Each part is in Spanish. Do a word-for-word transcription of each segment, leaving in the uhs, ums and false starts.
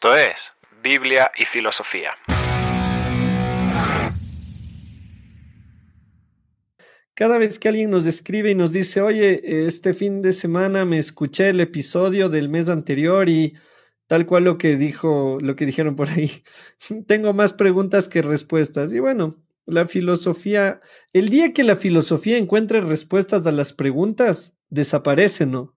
Esto es Biblia y Filosofía. Cada vez que alguien nos escribe y nos dice, oye, este fin de semana me escuché el episodio del mes anterior y tal cual lo que dijo, lo que dijeron por ahí, tengo más preguntas que respuestas. Y bueno, la filosofía, el día que la filosofía encuentre respuestas a las preguntas, desaparece, ¿no?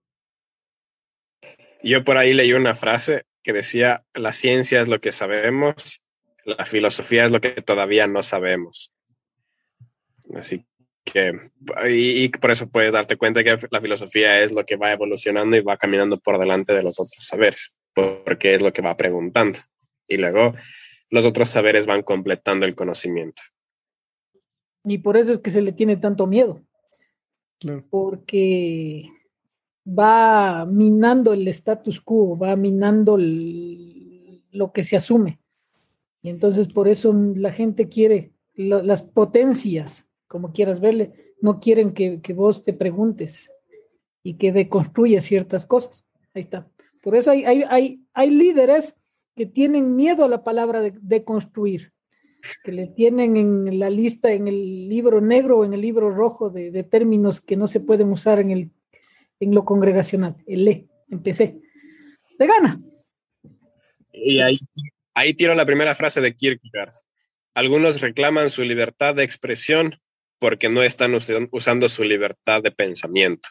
Yo por ahí leí una frase que decía, la ciencia es lo que sabemos, la filosofía es lo que todavía no sabemos. Así que, y, y por eso puedes darte cuenta que la filosofía es lo que va evolucionando y va caminando por delante de los otros saberes, porque es lo que va preguntando. Y luego los otros saberes van completando el conocimiento. Y por eso es que se le tiene tanto miedo, Claro. porque va minando el status quo, va minando el- lo que se asume. Y entonces por eso la gente quiere, la- las potencias, como quieras verle, no quieren que, que vos te preguntes y que deconstruyas ciertas cosas. Ahí está. Por eso hay, hay, hay, hay líderes que tienen miedo a la palabra de, de construir, que le tienen en la lista, en el libro negro o en el libro rojo de, de términos que no se pueden usar en, el, en lo congregacional. El le, empecé. De gana. Y ahí, ahí tiro la primera frase de Kierkegaard. Algunos reclaman su libertad de expresión porque no están us- usando su libertad de pensamiento.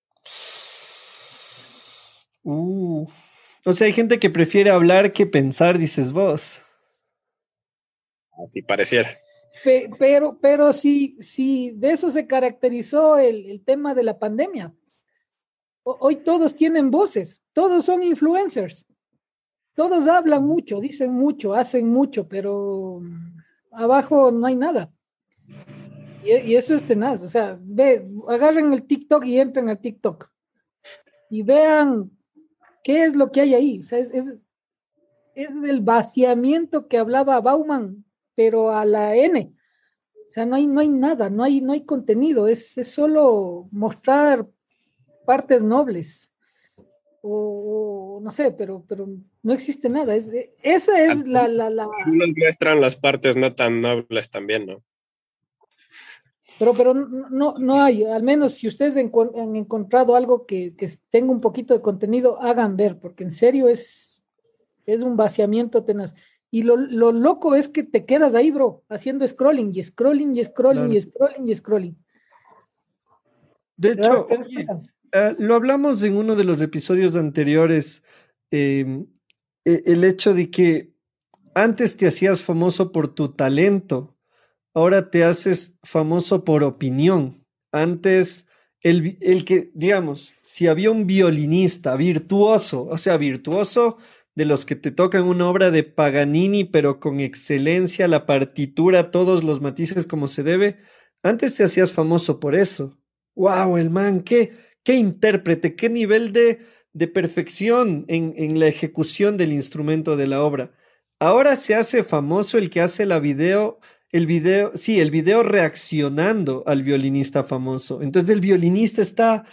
Uh, o sea, hay gente que prefiere hablar que pensar, dices vos. Así pareciera. Pe- pero, pero sí, sí, de eso se caracterizó el, el tema de la pandemia. O- hoy todos tienen voces, todos son influencers, todos hablan mucho, dicen mucho, hacen mucho, pero mm, abajo no hay nada. Y, y eso es tenaz, o sea, ve, agarren el TikTok y entren al TikTok y vean qué es lo que hay ahí. O sea, es, es, es el vaciamiento que hablaba Bauman, pero a la N. O sea, no hay, no hay nada, no hay, no hay contenido, es, es solo mostrar partes nobles. O, o no sé, pero, pero no existe nada. Es, esa es la, la, la, Algunos muestran las partes no tan nobles también, ¿no? Pero, pero no, no hay, al menos si ustedes encu- han encontrado algo que, que tenga un poquito de contenido, hagan ver, porque en serio es, es un vaciamiento tenaz. Y lo, lo loco es que te quedas ahí, bro, haciendo scrolling y scrolling y scrolling Claro. y scrolling y scrolling. De ¿Te das- hecho, te das oye, cuenta? ah, lo hablamos en uno de los episodios anteriores, em, e- el hecho de que antes te hacías famoso por tu talento, ahora te haces famoso por opinión. Antes, el, vi- el que, digamos, si había un violinista virtuoso, o sea, virtuoso de los que te tocan una obra de Paganini, pero con excelencia, la partitura, todos los matices como se debe, antes te hacías famoso por eso. ¡Wow! El man, qué, qué intérprete, qué nivel de, de perfección en, en la ejecución del instrumento de la obra. Ahora se hace famoso el que hace la video el video, sí, el video reaccionando al violinista famoso. Entonces el violinista está...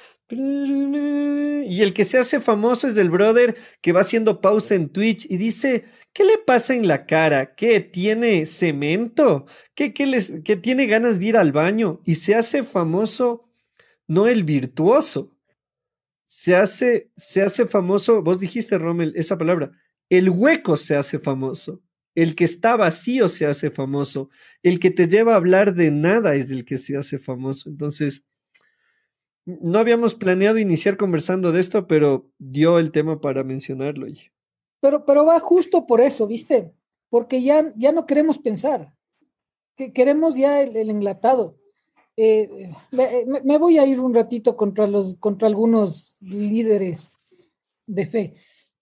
Y el que se hace famoso es del brother que va haciendo pausa en Twitch y dice, ¿qué le pasa en la cara? ¿Qué? ¿Tiene cemento? ¿Qué, qué les, ¿qué tiene ganas de ir al baño? Y se hace famoso, no el virtuoso. Se hace, se hace famoso, vos dijiste, Rommel, esa palabra, el hueco se hace famoso. El que está vacío se hace famoso. El que te lleva a hablar de nada es el que se hace famoso. Entonces, no habíamos planeado iniciar conversando de esto, pero dio el tema para mencionarlo. oye. Pero, pero va justo por eso, ¿viste? Porque ya, ya no queremos pensar, que queremos ya el, el enlatado. Eh, me, me- me voy a ir un ratito contra los, contra algunos líderes de fe.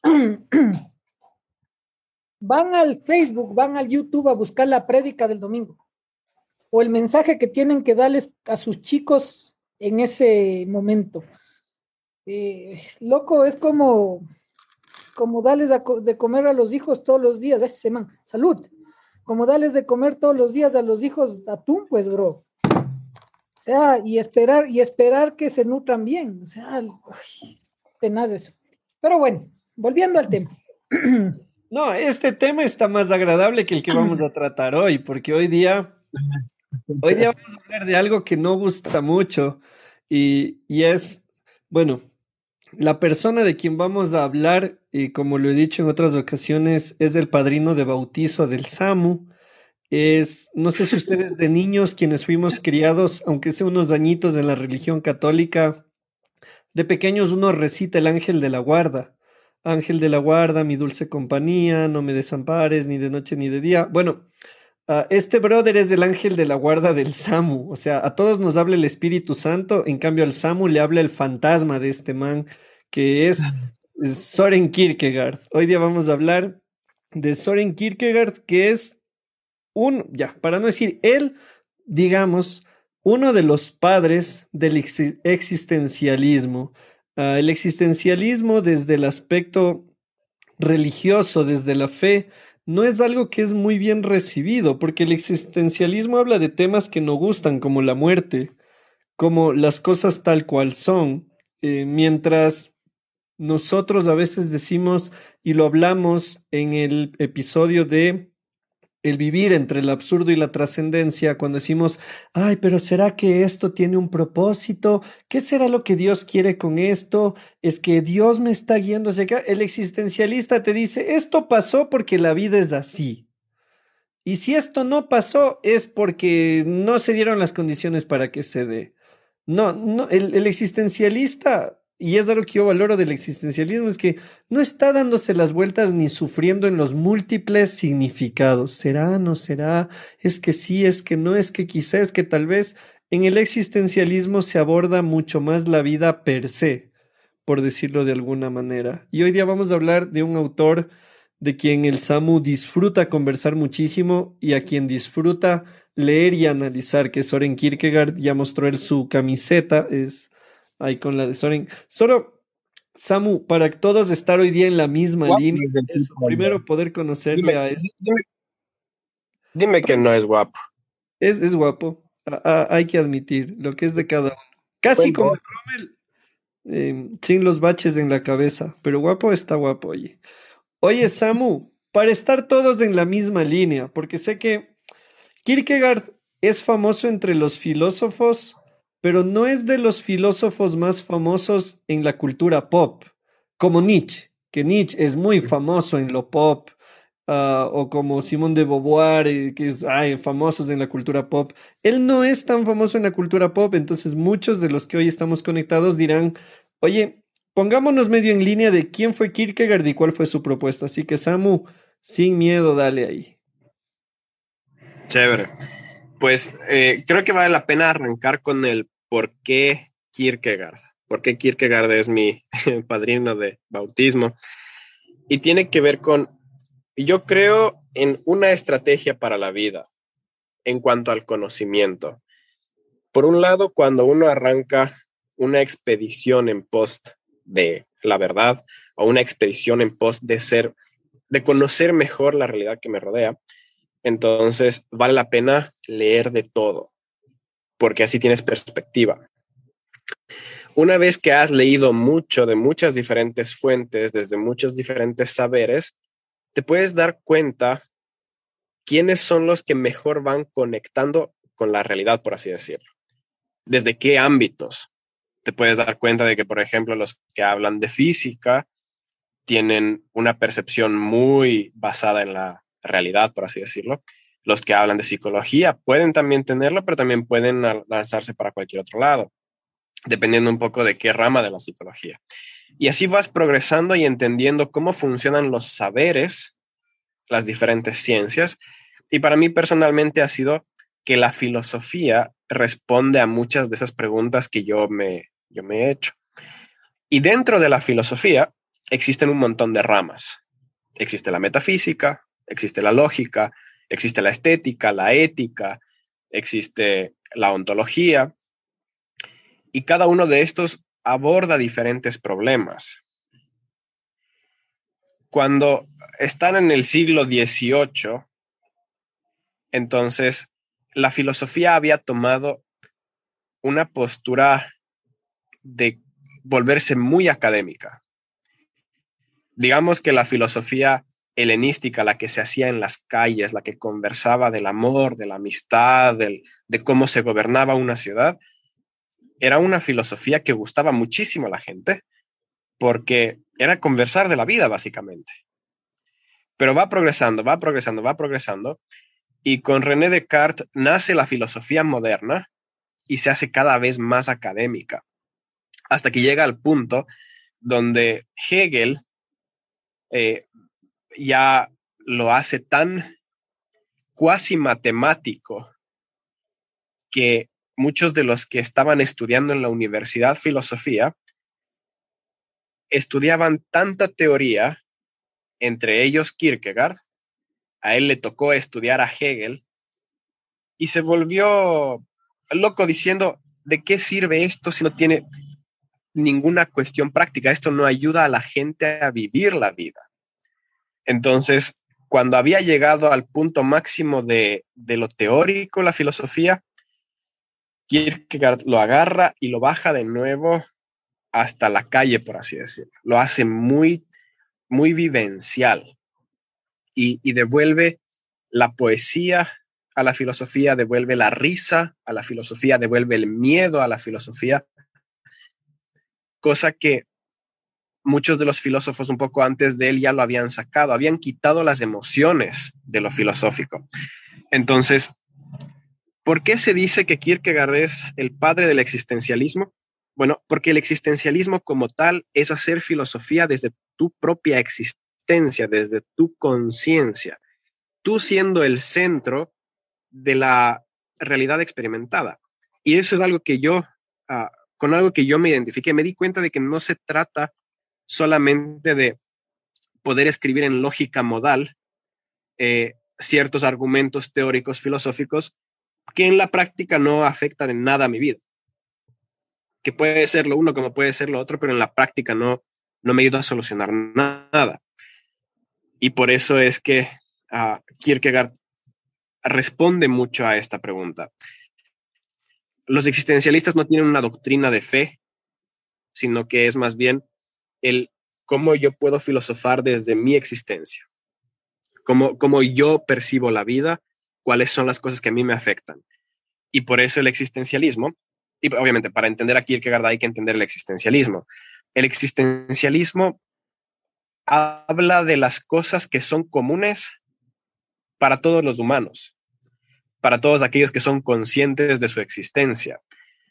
Van al Facebook, van al YouTube a buscar la prédica del domingo o el mensaje que tienen que darles a sus chicos en ese momento. Eh, loco, es como, como darles a co- de comer a los hijos todos los días, ves, semana, salud, como darles de comer todos los días a los hijos atún, pues, bro. O sea, y esperar, y esperar que se nutran bien. O sea, uy, de nada eso. Pero bueno, volviendo al tema. No, este tema está más agradable que el que vamos a tratar hoy, porque hoy día, hoy día vamos a hablar de algo que no gusta mucho y, y es, bueno, la persona de quien vamos a hablar, y como lo he dicho en otras ocasiones, es el padrino de bautizo del SAMU. Es, no sé si ustedes de niños, quienes fuimos criados, aunque sea unos añitos en la religión católica, de pequeños uno recita el ángel de la guarda. Ángel de la guarda, mi dulce compañía, no me desampares ni de noche ni de día. Bueno, ah, este brother es el ángel de la guarda del SAMU. O sea, a todos nos habla el Espíritu Santo, en cambio al SAMU le habla el fantasma de este man, que es es Soren Kierkegaard. Hoy día vamos a hablar de Soren Kierkegaard, que es un, ya, para no decir él, digamos, uno de los padres del exi- existencialismo. Ah, el existencialismo desde el aspecto religioso, desde la fe, no es algo que es muy bien recibido, porque el existencialismo habla de temas que no gustan, como la muerte, como las cosas tal cual son, eh, mientras nosotros a veces decimos, y lo hablamos en el episodio de el vivir entre el absurdo y la trascendencia, cuando decimos, ay, pero ¿será que esto tiene un propósito? ¿Qué será lo que Dios quiere con esto? Es que Dios me está guiando hacia acá. El existencialista te dice, esto pasó porque la vida es así. Y si esto no pasó es porque no se dieron las condiciones para que se dé. No, no, el, el existencialista, y es algo que yo valoro del existencialismo, es que no está dándose las vueltas ni sufriendo en los múltiples significados. ¿Será, no será? Es que sí, es que no, es que quizá, es que tal vez. En el existencialismo se aborda mucho más la vida per se, por decirlo de alguna manera. Y hoy día vamos a hablar de un autor de quien el Samu disfruta conversar muchísimo y a quien disfruta leer y analizar, que es Soren Kierkegaard. Ya mostró él su camiseta, es ahí con la de Soren. Solo, Samu, para todos estar hoy día en la misma Guapo línea, es el eso, tipo, primero ¿no? poder Dime, conocerle a este. dime, dime que no es guapo. Es, es guapo, a- a- hay que admitir lo que es de cada uno. Casi Buen como voz. el Rommel, eh, sin los baches en la cabeza, pero guapo está guapo, oye. Oye, Samu, para estar todos en la misma línea, porque sé que Kierkegaard es famoso entre los filósofos, pero no es de los filósofos más famosos en la cultura pop, como Nietzsche, que Nietzsche es muy famoso en lo pop, ah, o como Simone de Beauvoir, eh, que es ay, famosos en la cultura pop. Él no es tan famoso en la cultura pop, entonces muchos de los que hoy estamos conectados dirán, oye, pongámonos medio en línea de quién fue Kierkegaard y cuál fue su propuesta. Así que Samu, sin miedo, dale ahí. Chévere. Pues eh, creo que vale la pena arrancar con el por qué Kierkegaard. ¿Por qué Kierkegaard es mi padrino de bautismo? Y tiene que ver con, yo creo en una estrategia para la vida en cuanto al conocimiento. Por un lado, cuando uno arranca una expedición en pos de la verdad o una expedición en pos de ser, de conocer mejor la realidad que me rodea, entonces vale la pena leer de todo, porque así tienes perspectiva. Una vez que has leído mucho de muchas diferentes fuentes, desde muchos diferentes saberes, te puedes dar cuenta quiénes son los que mejor van conectando con la realidad, por así decirlo. Desde qué ámbitos. Te puedes dar cuenta de que, por ejemplo, los que hablan de física tienen una percepción muy basada en la realidad, por así decirlo. Los que hablan de psicología pueden también tenerlo, pero también pueden lanzarse para cualquier otro lado, dependiendo un poco de qué rama de la psicología. Y así vas progresando y entendiendo cómo funcionan los saberes, las diferentes ciencias. Y para mí personalmente ha sido que la filosofía responde a muchas de esas preguntas que yo me, yo me he hecho. Y dentro de la filosofía existen un montón de ramas. Existe la metafísica, existe la lógica, existe la estética, la ética, existe la ontología, y cada uno de estos aborda diferentes problemas. Cuando están en el siglo dieciocho, entonces la filosofía había tomado una postura de volverse muy académica. Digamos que la filosofía helenística, la que se hacía en las calles, la que conversaba del amor, de la amistad, del, de cómo se gobernaba una ciudad, era una filosofía que gustaba muchísimo a la gente porque era conversar de la vida, básicamente. Pero va progresando, va progresando, va progresando, y con René Descartes nace la filosofía moderna y se hace cada vez más académica, hasta que llega al punto donde Hegel eh, ya lo hace tan cuasi matemático que muchos de los que estaban estudiando en la universidad filosofía estudiaban tanta teoría, entre ellos Kierkegaard. A él le tocó estudiar a Hegel y se volvió loco diciendo, ¿de qué sirve esto si no tiene ninguna cuestión práctica? Esto no ayuda a la gente a vivir la vida. Entonces, cuando había llegado al punto máximo de, de lo teórico, la filosofía, Kierkegaard lo agarra y lo baja de nuevo hasta la calle, por así decirlo. Lo hace muy, muy vivencial y, y devuelve la poesía a la filosofía, devuelve la risa a la filosofía, devuelve el miedo a la filosofía, cosa que muchos de los filósofos un poco antes de él ya lo habían sacado, habían quitado las emociones de lo filosófico. Entonces, ¿por qué se dice que Kierkegaard es el padre del existencialismo? Bueno, porque el existencialismo como tal es hacer filosofía desde tu propia existencia, desde tu conciencia, tú siendo el centro de la realidad experimentada. Y eso es algo que yo, uh, con algo que yo me identifiqué, me di cuenta de que no se trata solamente de poder escribir en lógica modal eh, ciertos argumentos teóricos filosóficos que en la práctica no afectan en nada a mi vida. Que puede ser lo uno como puede ser lo otro, pero en la práctica no, no me ayuda a solucionar nada. Y por eso es que uh, Kierkegaard responde mucho a esta pregunta. Los existencialistas no tienen una doctrina de fe, sino que es más bien el cómo yo puedo filosofar desde mi existencia, cómo, cómo yo percibo la vida, cuáles son las cosas que a mí me afectan. Y por eso el existencialismo, y obviamente para entender a Kierkegaard hay que entender el existencialismo. El existencialismo habla de las cosas que son comunes para todos los humanos, para todos aquellos que son conscientes de su existencia.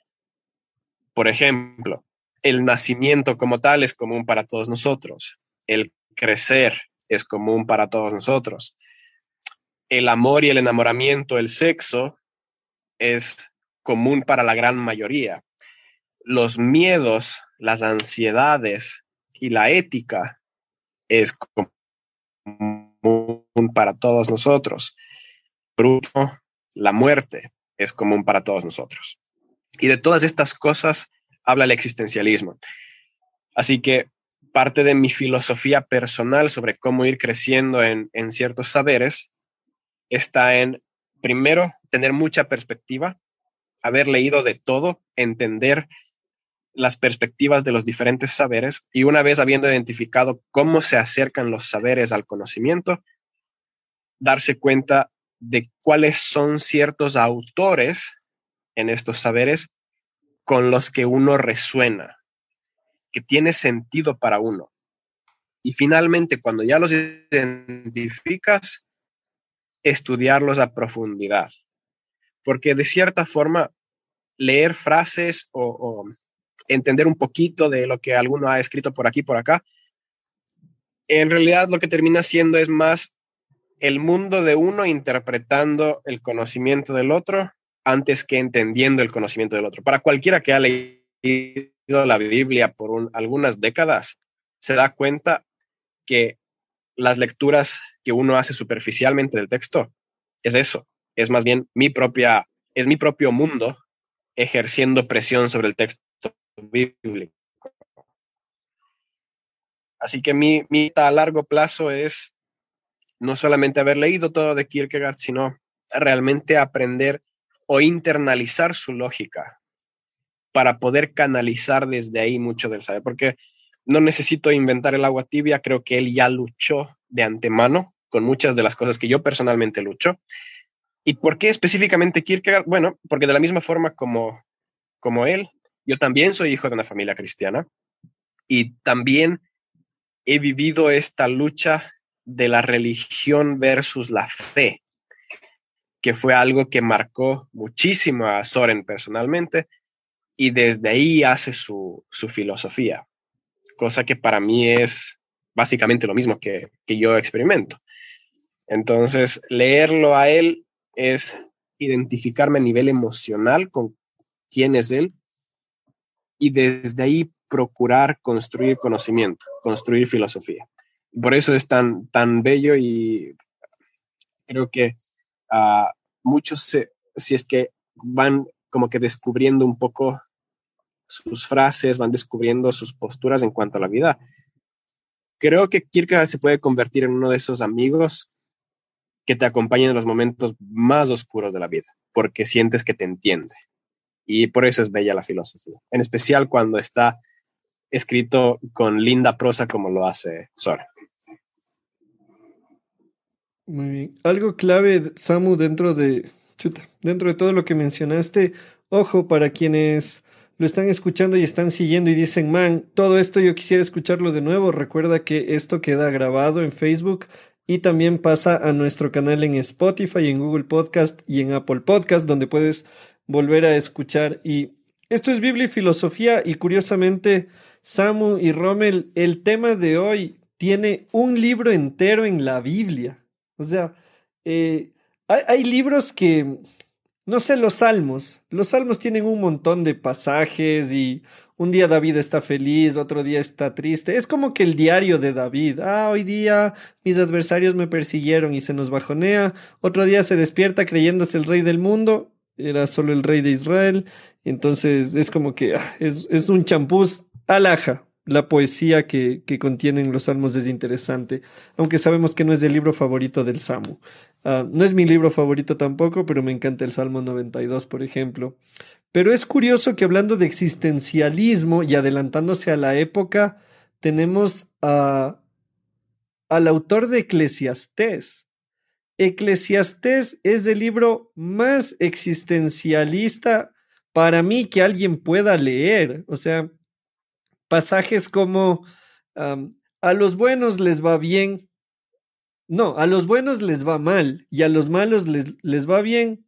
Por ejemplo, el nacimiento como tal es común para todos nosotros. El crecer es común para todos nosotros. El amor y el enamoramiento, el sexo, es común para la gran mayoría. Los miedos, las ansiedades y la ética es común para todos nosotros. Bruno, la muerte es común para todos nosotros. Y de todas estas cosas habla el existencialismo. Así que parte de mi filosofía personal sobre cómo ir creciendo en, en ciertos saberes está en, primero, tener mucha perspectiva, haber leído de todo, entender las perspectivas de los diferentes saberes y una vez habiendo identificado cómo se acercan los saberes al conocimiento, darse cuenta de cuáles son ciertos autores en estos saberes con los que uno resuena, que tiene sentido para uno. Y finalmente, cuando ya los identificas, estudiarlos a profundidad. Porque de cierta forma, leer frases o, o entender un poquito de lo que alguno ha escrito por aquí, por acá, en realidad lo que termina siendo es más el mundo de uno interpretando el conocimiento del otro antes que entendiendo el conocimiento del otro. Para cualquiera que ha leído la Biblia por un, algunas décadas, se da cuenta que las lecturas que uno hace superficialmente del texto es eso, es más bien mi propia, es mi propio mundo ejerciendo presión sobre el texto bíblico. Así que mi meta a largo plazo es no solamente haber leído todo de Kierkegaard, sino realmente aprender o internalizar su lógica para poder canalizar desde ahí mucho del saber, porque no necesito inventar el agua tibia, creo que él ya luchó de antemano con muchas de las cosas que yo personalmente lucho. ¿Y por qué específicamente Kierkegaard? Bueno, porque de la misma forma como, como él, yo también soy hijo de una familia cristiana y también he vivido esta lucha de la religión versus la fe, que fue algo que marcó muchísimo a Soren personalmente, y desde ahí hace su, su filosofía, cosa que para mí es básicamente lo mismo que, que yo experimento. Entonces, leerlo a él es identificarme a nivel emocional con quién es él y desde ahí procurar construir conocimiento, construir filosofía. Por eso es tan, tan bello y creo que uh, muchos, se, si es que van como que descubriendo un poco sus frases, van descubriendo sus posturas en cuanto a la vida. Creo que Kierkegaard se puede convertir en uno de esos amigos que te acompañan en los momentos más oscuros de la vida, porque sientes que te entiende. Y por eso es bella la filosofía, en especial cuando está escrito con linda prosa como lo hace Soren. Muy bien. Algo clave, Samu, dentro de, chuta, dentro de todo lo que mencionaste, ojo, para quienes lo están escuchando y están siguiendo y dicen, man, todo esto yo quisiera escucharlo de nuevo. Recuerda que esto queda grabado en Facebook y también pasa a nuestro canal en Spotify, en Google Podcast y en Apple Podcast, donde puedes volver a escuchar. Y esto es Biblia y Filosofía y curiosamente, Samu y Rommel, el tema de hoy tiene un libro entero en la Biblia. O sea, eh, hay, hay libros que, no sé, los salmos. Los salmos tienen un montón de pasajes y un día David está feliz, otro día está triste. Es como que el diario de David. Ah, hoy día mis adversarios me persiguieron y se nos bajonea. Otro día se despierta creyéndose el rey del mundo. Era solo el rey de Israel. Entonces es como que ah, es, es un champús alhaja. La poesía que, que contienen los salmos es interesante, aunque sabemos que no es el libro favorito del Samu. Uh, no es mi libro favorito tampoco, pero me encanta el Salmo noventa y dos, por ejemplo. Pero es curioso que hablando de existencialismo y adelantándose a la época, tenemos a, al autor de Eclesiastés. Eclesiastés es el libro más existencialista para mí que alguien pueda leer. O sea, pasajes como um, a los buenos les va bien, no, a los buenos les va mal y a los malos les, les va bien.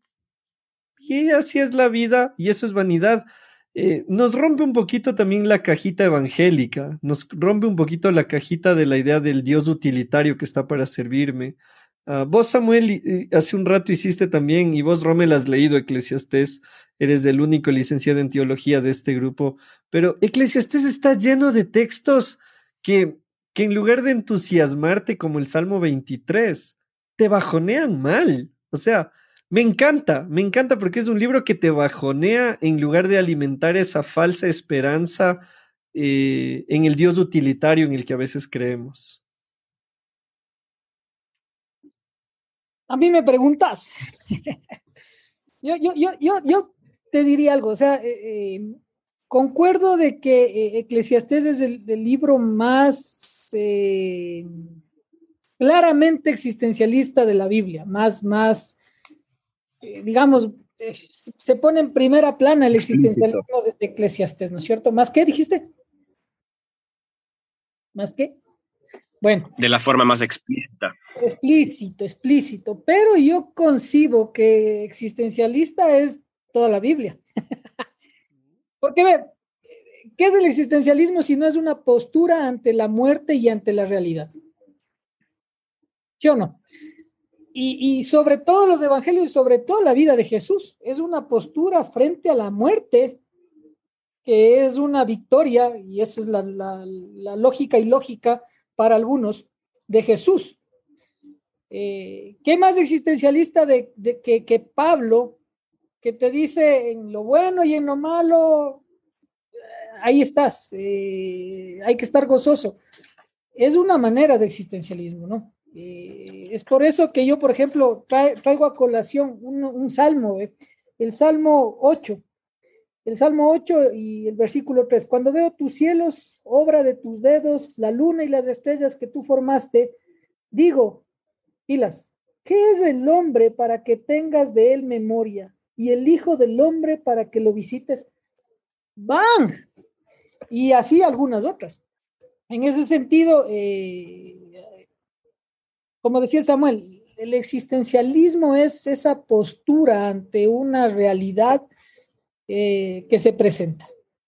Y así es la vida y eso es vanidad. Eh, nos rompe un poquito también la cajita evangélica, nos rompe un poquito la cajita de la idea del Dios utilitario que está para servirme. Uh, vos, Samuel, y, hace un rato hiciste también, y vos, Rommel, has leído Eclesiastés, eres el único licenciado en teología de este grupo, pero Eclesiastés está lleno de textos que, que en lugar de entusiasmarte como el Salmo veintitrés, te bajonean mal. O sea, me encanta, me encanta porque es un libro que te bajonea en lugar de alimentar esa falsa esperanza eh, en el Dios utilitario en el que a veces creemos. A mí me preguntas. yo, yo, yo, yo, yo te diría algo, o sea, eh, eh, concuerdo de que eh, Eclesiastés es el, el libro más eh, claramente existencialista de la Biblia, más, más, eh, digamos, eh, se pone en primera plana el existencialismo de, de Eclesiastés, ¿no es cierto? ¿Más qué dijiste? ¿Más qué? Bueno. De la forma más explícita. Explícito, explícito, pero yo concibo que existencialista es toda la Biblia. Porque, ve, ¿qué es el existencialismo si no es una postura ante la muerte y ante la realidad? ¿Sí o no? Y, y sobre todo los evangelios, sobre todo la vida de Jesús, es una postura frente a la muerte, que es una victoria, y esa es la, la, la lógica y lógica para algunos, de Jesús. Eh, ¿Qué más existencialista de, de que, que Pablo, que te dice en lo bueno y en lo malo, eh, ahí estás, eh, hay que estar gozoso? Es una manera de existencialismo, ¿no? Eh, es por eso que yo, por ejemplo, trae, traigo a colación un, un salmo, eh, el Salmo ocho, el Salmo ocho y el versículo tres. Cuando veo tus cielos, obra de tus dedos, la luna y las estrellas que tú formaste, Digo, pilas, ¿qué es el hombre para que tengas de él memoria? Y el hijo del hombre para que lo visites. ¡Bang! Y así algunas otras. En ese sentido, eh, como decía el Samuel, el existencialismo es esa postura ante una realidad eh, que se presenta.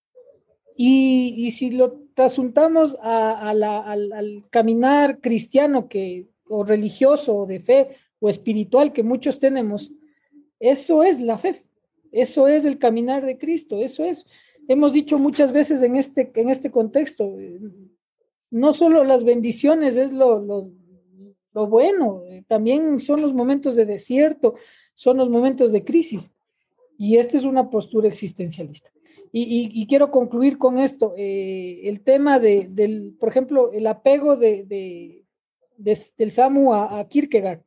Y, y si lo trasuntamos a, a la, al, al caminar cristiano que, o religioso o de fe o espiritual que muchos tenemos, eso es la fe, eso es el caminar de Cristo, eso es. Hemos dicho muchas veces en este, en este contexto, no solo las bendiciones es lo, lo, lo bueno, también son los momentos de desierto, son los momentos de crisis. Y esta es una postura existencialista. Y, y, y quiero concluir con esto, eh, el tema de, del, por ejemplo, el apego de, de, de del Samu a, a Kierkegaard.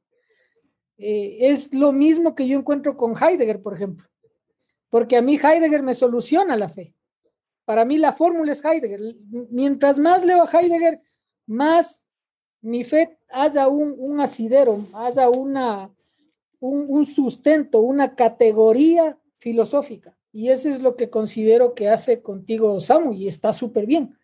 Eh, es lo mismo que yo encuentro con Heidegger, por ejemplo, porque a mí Heidegger me soluciona la fe. Para mí la fórmula es Heidegger. Mientras más leo a Heidegger, más mi fe haya un, un asidero, haya una, un, un sustento, una categoría filosófica. Y eso es lo que considero que hace contigo Samu y está súper bien.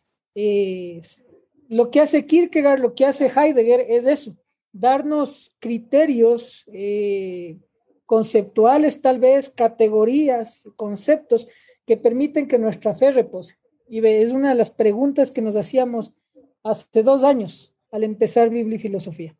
Eh, lo que hace Kierkegaard, lo que hace Heidegger es eso, darnos criterios eh, conceptuales, tal vez categorías, conceptos que permiten que nuestra fe repose. Y es una de las preguntas que nos hacíamos hace dos años al empezar Biblia y Filosofía.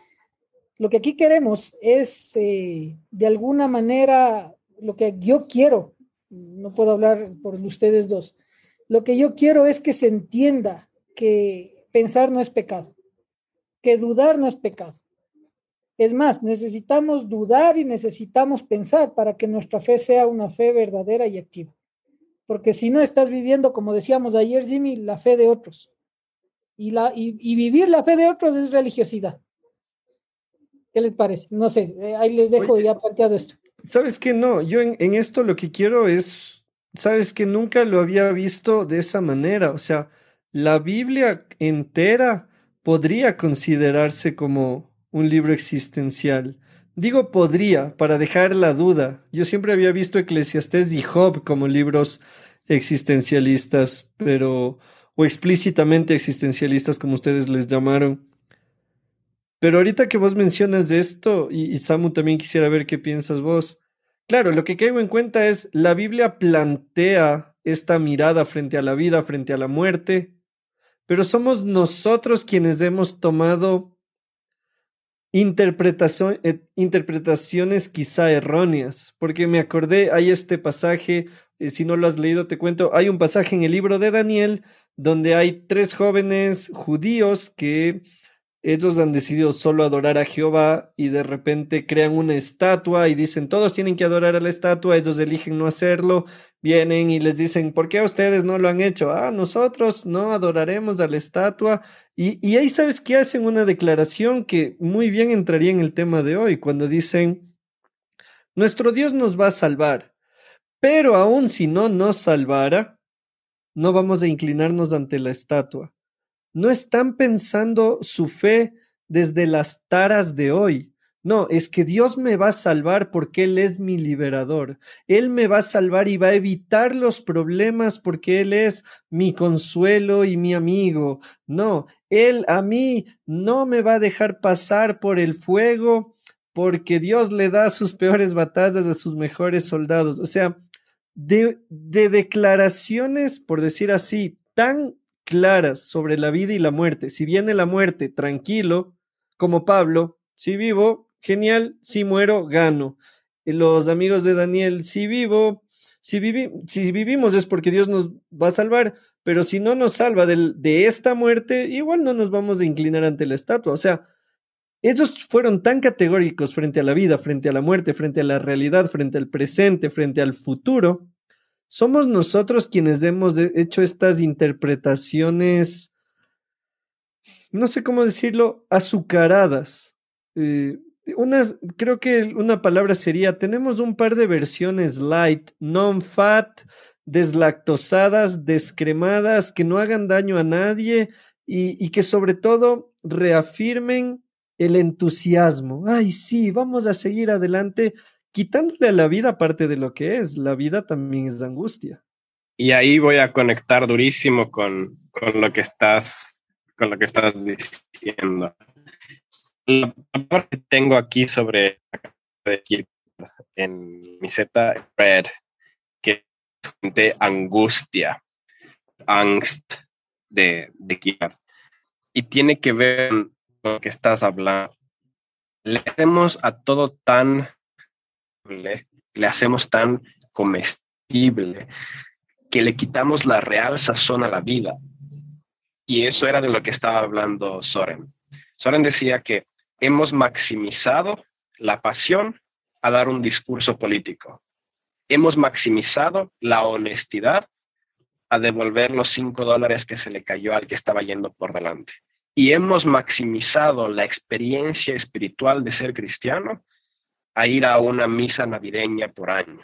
Lo que aquí queremos es, eh, de alguna manera, lo que yo quiero, no puedo hablar por ustedes dos, lo que yo quiero es que se entienda que pensar no es pecado, que dudar no es pecado. Es más, necesitamos dudar y necesitamos pensar para que nuestra fe sea una fe verdadera y activa. Porque si no estás viviendo, como decíamos ayer, Jimmy, la fe de otros. Y, la, y, y vivir la fe de otros es religiosidad. ¿Qué les parece? No sé, eh, ahí les dejo. Oye, ya planteado esto. ¿Sabes qué? No, yo en, en esto lo que quiero es, sabes que nunca lo había visto de esa manera. O sea, la Biblia entera podría considerarse como un libro existencial. Digo podría, para dejar la duda. Yo siempre había visto Eclesiastés y Job como libros existencialistas, pero, o explícitamente existencialistas, como ustedes les llamaron. Pero ahorita que vos mencionas de esto, y, y Samu también quisiera ver qué piensas vos. Claro, lo que caigo en cuenta es, la Biblia plantea esta mirada frente a la vida, frente a la muerte, pero somos nosotros quienes hemos tomado interpretación, eh, interpretaciones quizá erróneas, porque me acordé, hay este pasaje, eh, si no lo has leído te cuento, hay un pasaje en el libro de Daniel donde hay tres jóvenes judíos que ellos han decidido solo adorar a Jehová y de repente crean una estatua y dicen todos tienen que adorar a la estatua, ellos eligen no hacerlo, vienen y les dicen ¿por qué ustedes no lo han hecho? Ah, nosotros no adoraremos a la estatua y, y ahí sabes que hacen una declaración que muy bien entraría en el tema de hoy cuando dicen nuestro Dios nos va a salvar, pero aun si no nos salvara, no vamos a inclinarnos ante la estatua. No están pensando su fe desde las taras de hoy. No, es que Dios me va a salvar porque Él es mi liberador. Él me va a salvar y va a evitar los problemas porque Él es mi consuelo y mi amigo. No, Él a mí no me va a dejar pasar por el fuego porque Dios le da sus peores batallas a sus mejores soldados. O sea, de, de declaraciones, por decir así, tan claras sobre la vida y la muerte. Si viene la muerte, tranquilo, como Pablo, si vivo, genial, si muero, gano. Los amigos de Daniel, si vivo, si, vivi si vivimos es porque Dios nos va a salvar, pero si no nos salva de, de esta muerte, igual no nos vamos a inclinar ante la estatua. O sea, ellos fueron tan categóricos frente a la vida, frente a la muerte, frente a la realidad, frente al presente, frente al futuro. Somos nosotros quienes hemos hecho estas interpretaciones, no sé cómo decirlo, azucaradas. Eh, unas, creo que una palabra sería, tenemos un par de versiones light, non-fat, deslactosadas, descremadas, que no hagan daño a nadie y, y que sobre todo reafirmen el entusiasmo. Ay, sí, vamos a seguir adelante, quitándole a la vida parte de lo que es. La vida también es angustia. Y ahí voy a conectar durísimo con, con lo que estás, con lo que estás diciendo. La palabra que tengo aquí sobre en mi Z, red, que es de angustia, angst de, de Kierkegaard. Y tiene que ver con lo que estás hablando. Le hacemos a todo tan, le, le hacemos tan comestible que le quitamos la real sazón a la vida. Y eso era de lo que estaba hablando Soren. Soren decía que hemos maximizado la pasión a dar un discurso político. Hemos maximizado la honestidad a devolver los cinco dólares que se le cayó al que estaba yendo por delante. Y hemos maximizado la experiencia espiritual de ser cristiano a ir a una misa navideña por año.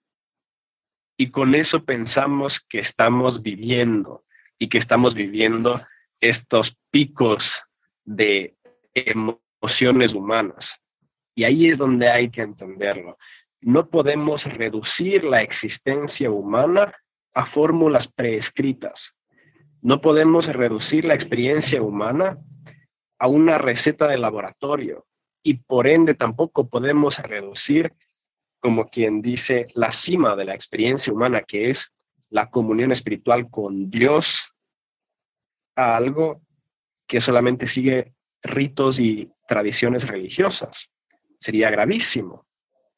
Y con eso pensamos que estamos viviendo y que estamos viviendo estos picos de emociones humanas. Y ahí es donde hay que entenderlo. No podemos reducir la existencia humana a fórmulas preescritas. No podemos reducir la experiencia humana a una receta de laboratorio y por ende tampoco podemos reducir, como quien dice, la cima de la experiencia humana, que es la comunión espiritual con Dios, a algo que solamente sigue ritos y tradiciones religiosas. Sería gravísimo.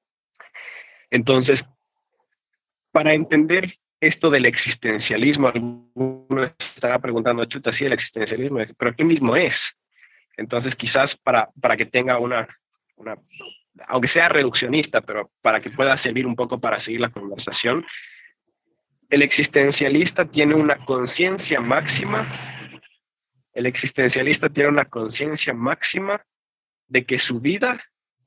Entonces, para entender esto del existencialismo, alguno estará preguntando, chuta, sí, el existencialismo, pero ¿qué mismo es? Entonces, quizás para, para que tenga una, una, aunque sea reduccionista, pero para que pueda servir un poco para seguir la conversación, el existencialista tiene una conciencia máxima, el existencialista tiene una conciencia máxima de que su vida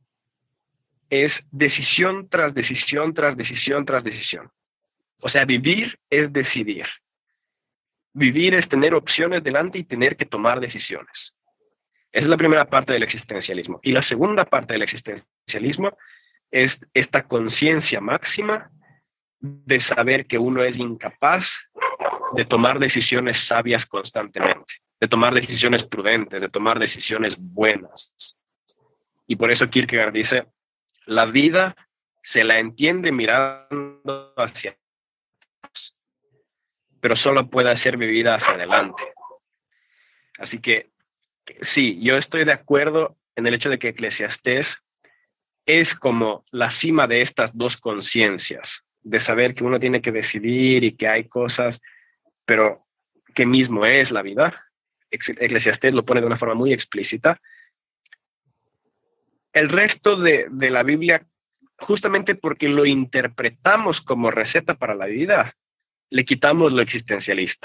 es decisión tras decisión, tras decisión, tras decisión. O sea, vivir es decidir. Vivir es tener opciones delante y tener que tomar decisiones. Esa es la primera parte del existencialismo. Y la segunda parte del existencialismo es esta conciencia máxima de saber que uno es incapaz de tomar decisiones sabias constantemente, de tomar decisiones prudentes, de tomar decisiones buenas. Y por eso Kierkegaard dice, la vida se la entiende mirando hacia atrás, pero solo puede ser vivida hacia adelante. Así que sí, yo estoy de acuerdo en el hecho de que Eclesiastés es como la cima de estas dos conciencias, de saber que uno tiene que decidir y que hay cosas, pero ¿qué mismo es la vida? Eclesiastés lo pone de una forma muy explícita. El resto de, de la Biblia, justamente porque lo interpretamos como receta para la vida, le quitamos lo existencialista.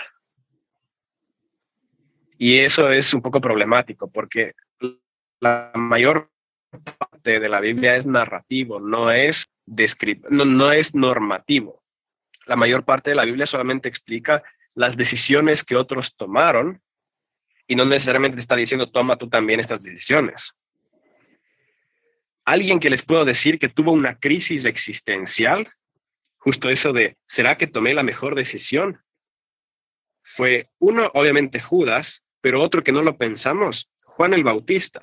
Y eso es un poco problemático, porque la mayor parte de la Biblia es narrativo, no es, descrip- no, no es normativo. La mayor parte de la Biblia solamente explica las decisiones que otros tomaron y no necesariamente te está diciendo, toma tú también estas decisiones. Alguien que les puedo decir que tuvo una crisis existencial, justo eso de, ¿será que tomé la mejor decisión? Fue uno, obviamente Judas, pero otro que no lo pensamos, Juan el Bautista.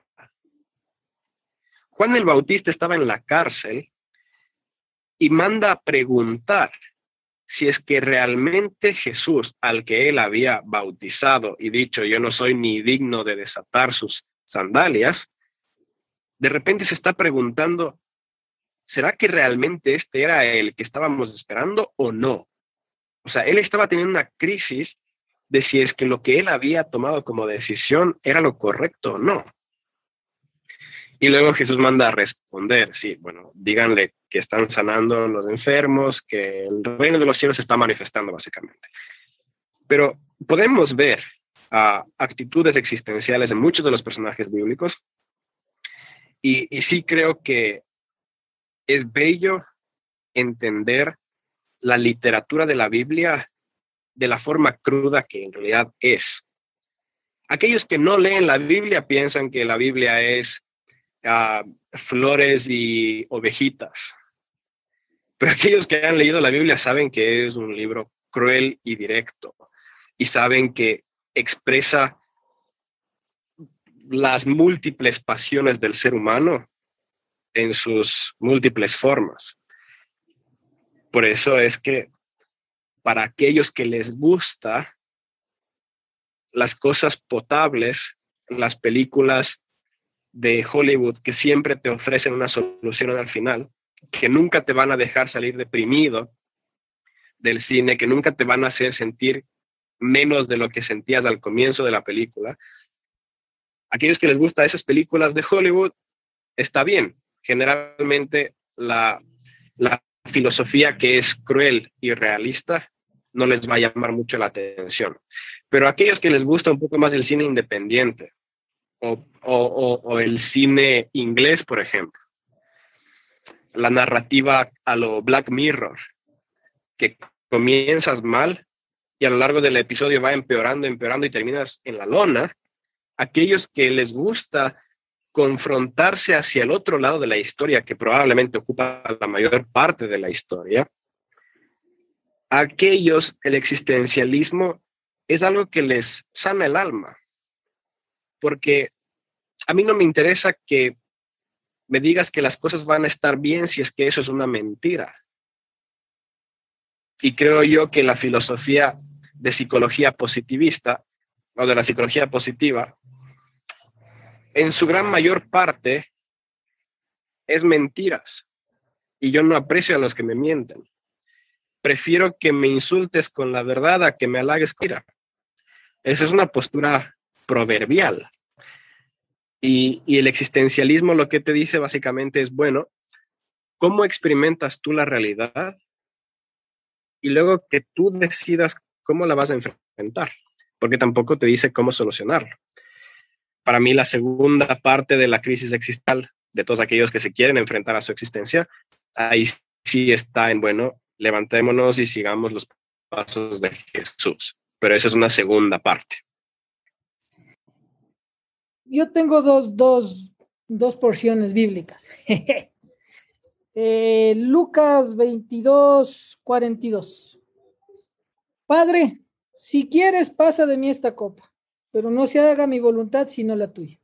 Juan el Bautista estaba en la cárcel y manda a preguntar si es que realmente Jesús, al que él había bautizado y dicho, yo no soy ni digno de desatar sus sandalias, de repente se está preguntando, ¿será que realmente este era el que estábamos esperando o no? O sea, él estaba teniendo una crisis de si es que lo que él había tomado como decisión era lo correcto o no. Y luego Jesús manda a responder, sí, bueno, díganle que están sanando los enfermos, que el reino de los cielos se está manifestando básicamente. Pero podemos ver uh, actitudes existenciales en muchos de los personajes bíblicos y, y sí creo que es bello entender la literatura de la Biblia de la forma cruda que en realidad es. Aquellos que no leen la Biblia piensan que la Biblia es uh, flores y ovejitas. Pero aquellos que han leído la Biblia saben que es un libro cruel y directo y saben que expresa las múltiples pasiones del ser humano en sus múltiples formas. Por eso es que para aquellos que les gusta las cosas potables, las películas de Hollywood que siempre te ofrecen una solución al final, que nunca te van a dejar salir deprimido del cine, que nunca te van a hacer sentir menos de lo que sentías al comienzo de la película. Aquellos que les gustan esas películas de Hollywood, está bien. Generalmente la, la filosofía que es cruel y realista no les va a llamar mucho la atención. Pero aquellos que les gusta un poco más el cine independiente o, o, o, o el cine inglés, por ejemplo, la narrativa a lo Black Mirror, que comienzas mal y a lo largo del episodio va empeorando, empeorando y terminas en la lona. Aquellos que les gusta confrontarse hacia el otro lado de la historia, que probablemente ocupa la mayor parte de la historia, aquellos, el existencialismo es algo que les sana el alma, porque a mí no me interesa que me digas que las cosas van a estar bien si es que eso es una mentira. Y creo yo que la filosofía de psicología positivista o de la psicología positiva, en su gran mayor parte, es mentiras. Y yo no aprecio a los que me mienten. Prefiero que me insultes con la verdad a que me halagues con ira. Esa es una postura proverbial. Y, y el existencialismo lo que te dice básicamente es, bueno, ¿cómo experimentas tú la realidad? Y luego que tú decidas cómo la vas a enfrentar, porque tampoco te dice cómo solucionarlo. Para mí, la segunda parte de la crisis existencial de todos aquellos que se quieren enfrentar a su existencia, ahí sí está en, bueno, levantémonos y sigamos los pasos de Jesús. Pero esa es una segunda parte. Yo tengo dos, dos, dos porciones bíblicas. eh, Lucas veintidós, cuarenta y dos. Padre, si quieres, pasa de mí esta copa, pero no se haga mi voluntad sino la tuya.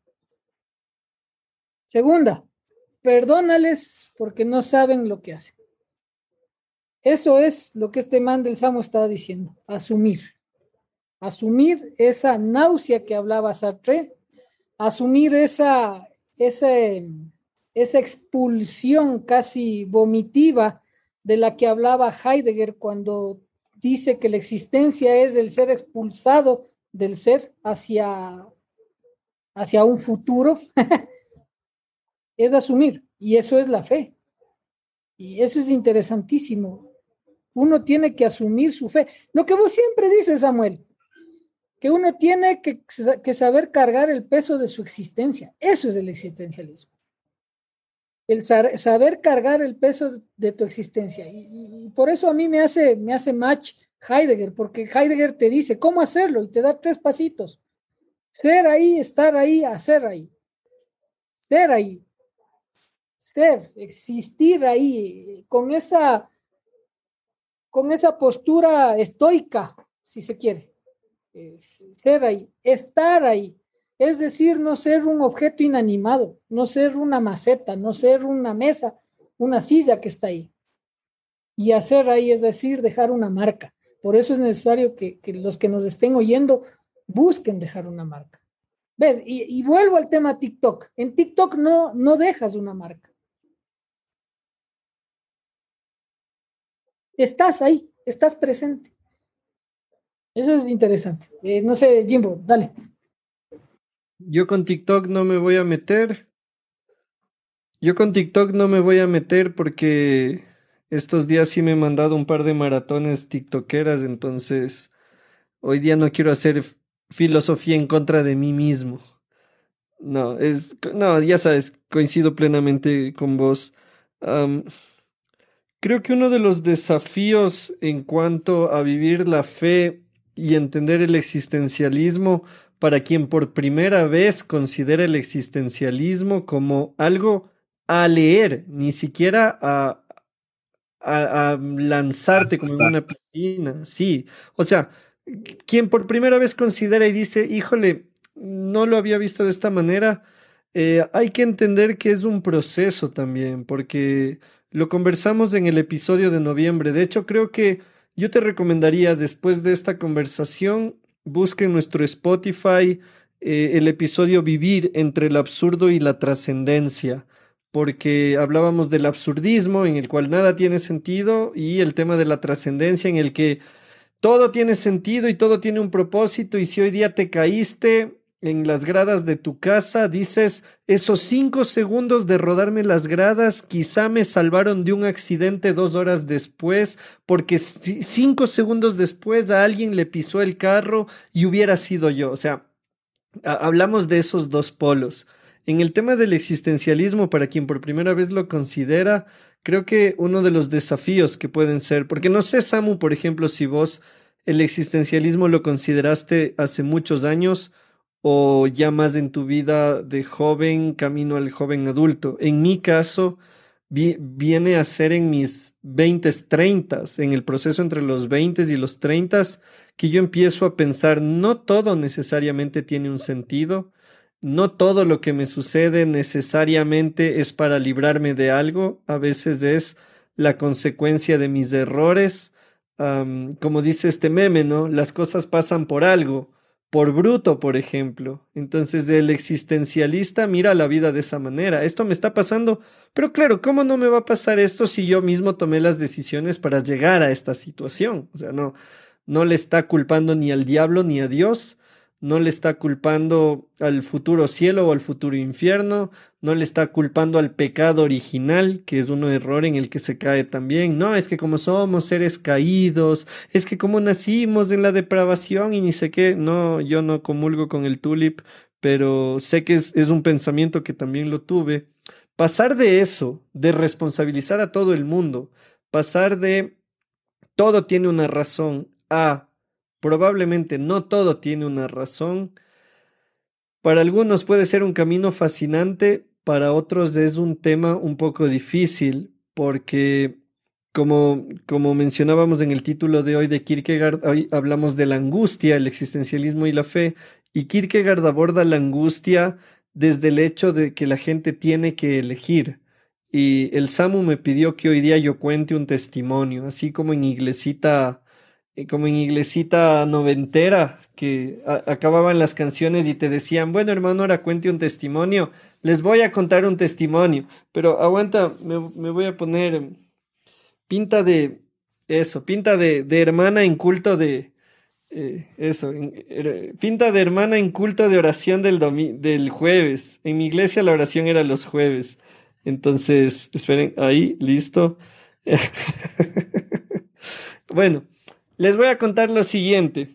Segunda, perdónales porque no saben lo que hacen. Eso es lo que este man del Salmo estaba diciendo, asumir. Asumir esa náusea que hablaba Sartre, asumir esa, esa, esa expulsión casi vomitiva de la que hablaba Heidegger cuando dice que la existencia es del ser expulsado del ser hacia, hacia un futuro. Es asumir, y eso es la fe. Y eso es interesantísimo. Uno tiene que asumir su fe. Lo que vos siempre dices, Samuel, que uno tiene que, que saber cargar el peso de su existencia. Eso es el existencialismo. El saber cargar el peso de tu existencia. Y, y por eso a mí me hace, me hace match Heidegger, porque Heidegger te dice cómo hacerlo y te da tres pasitos. Ser ahí, estar ahí, hacer ahí. Ser ahí. Ser, existir ahí, con esa, con esa postura estoica, si se quiere. Ser ahí, estar ahí. Es decir, no ser un objeto inanimado, no ser una maceta, no ser una mesa, una silla que está ahí. Y hacer ahí, es decir, dejar una marca. Por eso es necesario que, que los que nos estén oyendo busquen dejar una marca. ¿Ves? Y, y vuelvo al tema TikTok. En TikTok no, no dejas una marca. Estás ahí, estás presente. Eso es interesante. Eh, no sé, Jimbo, dale. Yo con TikTok no me voy a meter. Yo con TikTok no me voy a meter porque estos días sí me he mandado un par de maratones tiktokeras, entonces hoy día no quiero hacer filosofía en contra de mí mismo. No, es, no, ya sabes, coincido plenamente con vos. Um, Creo que uno de los desafíos en cuanto a vivir la fe y entender el existencialismo para quien por primera vez considera el existencialismo como algo a leer, ni siquiera a, a, a lanzarte como en una piscina. Sí, o sea, quien por primera vez considera y dice, híjole, no lo había visto de esta manera, eh, hay que entender que es un proceso también, porque lo conversamos en el episodio de noviembre. De hecho, creo que yo te recomendaría, después de esta conversación, busca en nuestro Spotify eh, el episodio Vivir entre el absurdo y la trascendencia, porque hablábamos del absurdismo en el cual nada tiene sentido y el tema de la trascendencia en el que todo tiene sentido y todo tiene un propósito, y si hoy día te caíste en las gradas de tu casa, dices, esos cinco segundos de rodarme las gradas quizá me salvaron de un accidente dos horas después, porque ci- cinco segundos después a alguien le pisó el carro y hubiera sido yo. O sea, ha- hablamos de esos dos polos. En el tema del existencialismo, para quien por primera vez lo considera, creo que uno de los desafíos que pueden ser, porque no sé, Samu, por ejemplo, si vos el existencialismo lo consideraste hace muchos años o ya más en tu vida de joven, camino al joven adulto. En mi caso, vi- viene a ser en mis veinte, treinta, en el proceso entre los veinte y los treinta, que yo empiezo a pensar, no todo necesariamente tiene un sentido, no todo lo que me sucede necesariamente es para librarme de algo, a veces es la consecuencia de mis errores. Am, como dice este meme, ¿no? Las cosas pasan por algo, por bruto, por ejemplo. Entonces el existencialista mira la vida de esa manera. Esto me está pasando, pero claro, ¿cómo no me va a pasar esto si yo mismo tomé las decisiones para llegar a esta situación? O sea, no, no le está culpando ni al diablo ni a Dios, no le está culpando al futuro cielo o al futuro infierno, no le está culpando al pecado original, que es un error en el que se cae también. No, es que como somos seres caídos, es que como nacimos en la depravación y ni sé qué. No, yo no comulgo con el tulip, pero sé que es, es un pensamiento que también lo tuve. Pasar de eso, de responsabilizar a todo el mundo, pasar de todo tiene una razón a probablemente no todo tiene una razón, para algunos puede ser un camino fascinante, para otros es un tema un poco difícil, porque como, como mencionábamos en el título de hoy de Kierkegaard, hoy hablamos de la angustia, el existencialismo y la fe, y Kierkegaard aborda la angustia desde el hecho de que la gente tiene que elegir. Y el Samu me pidió que hoy día yo cuente un testimonio, así como en iglesita eh, como en iglesita noventera, que a- acababan las canciones y te decían, bueno, hermano, ahora cuente un testimonio. Les voy a contar un testimonio, pero aguanta, me, me voy a poner em, pinta de eso, pinta de, de hermana en culto de eh, eso, en- er- pinta de hermana en culto de oración del domi- del jueves. En mi iglesia la oración era los jueves. Entonces, esperen, ahí, listo. Bueno, les voy a contar lo siguiente.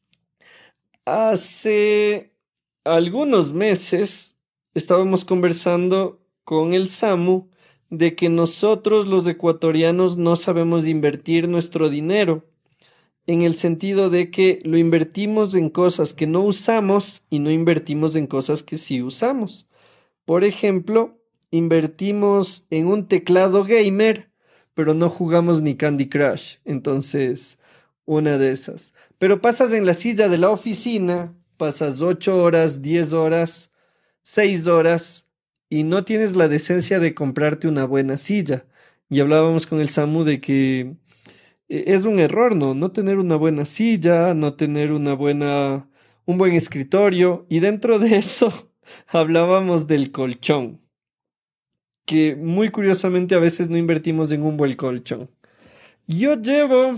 Hace algunos meses estábamos conversando con el Samu de que nosotros los ecuatorianos no sabemos invertir nuestro dinero, en el sentido de que lo invertimos en cosas que no usamos y no invertimos en cosas que sí usamos. Por ejemplo, invertimos en un teclado gamer, pero no jugamos ni Candy Crush. Entonces, una de esas. Pero pasas en la silla de la oficina, pasas ocho horas, diez horas, seis horas y no tienes la decencia de comprarte una buena silla. Y hablábamos con el Samu de que eh, es un error, ¿no? No tener una buena silla, no tener una buena, un buen escritorio. Y dentro de eso hablábamos del colchón, que muy curiosamente a veces no invertimos en un buen colchón. Yo llevo,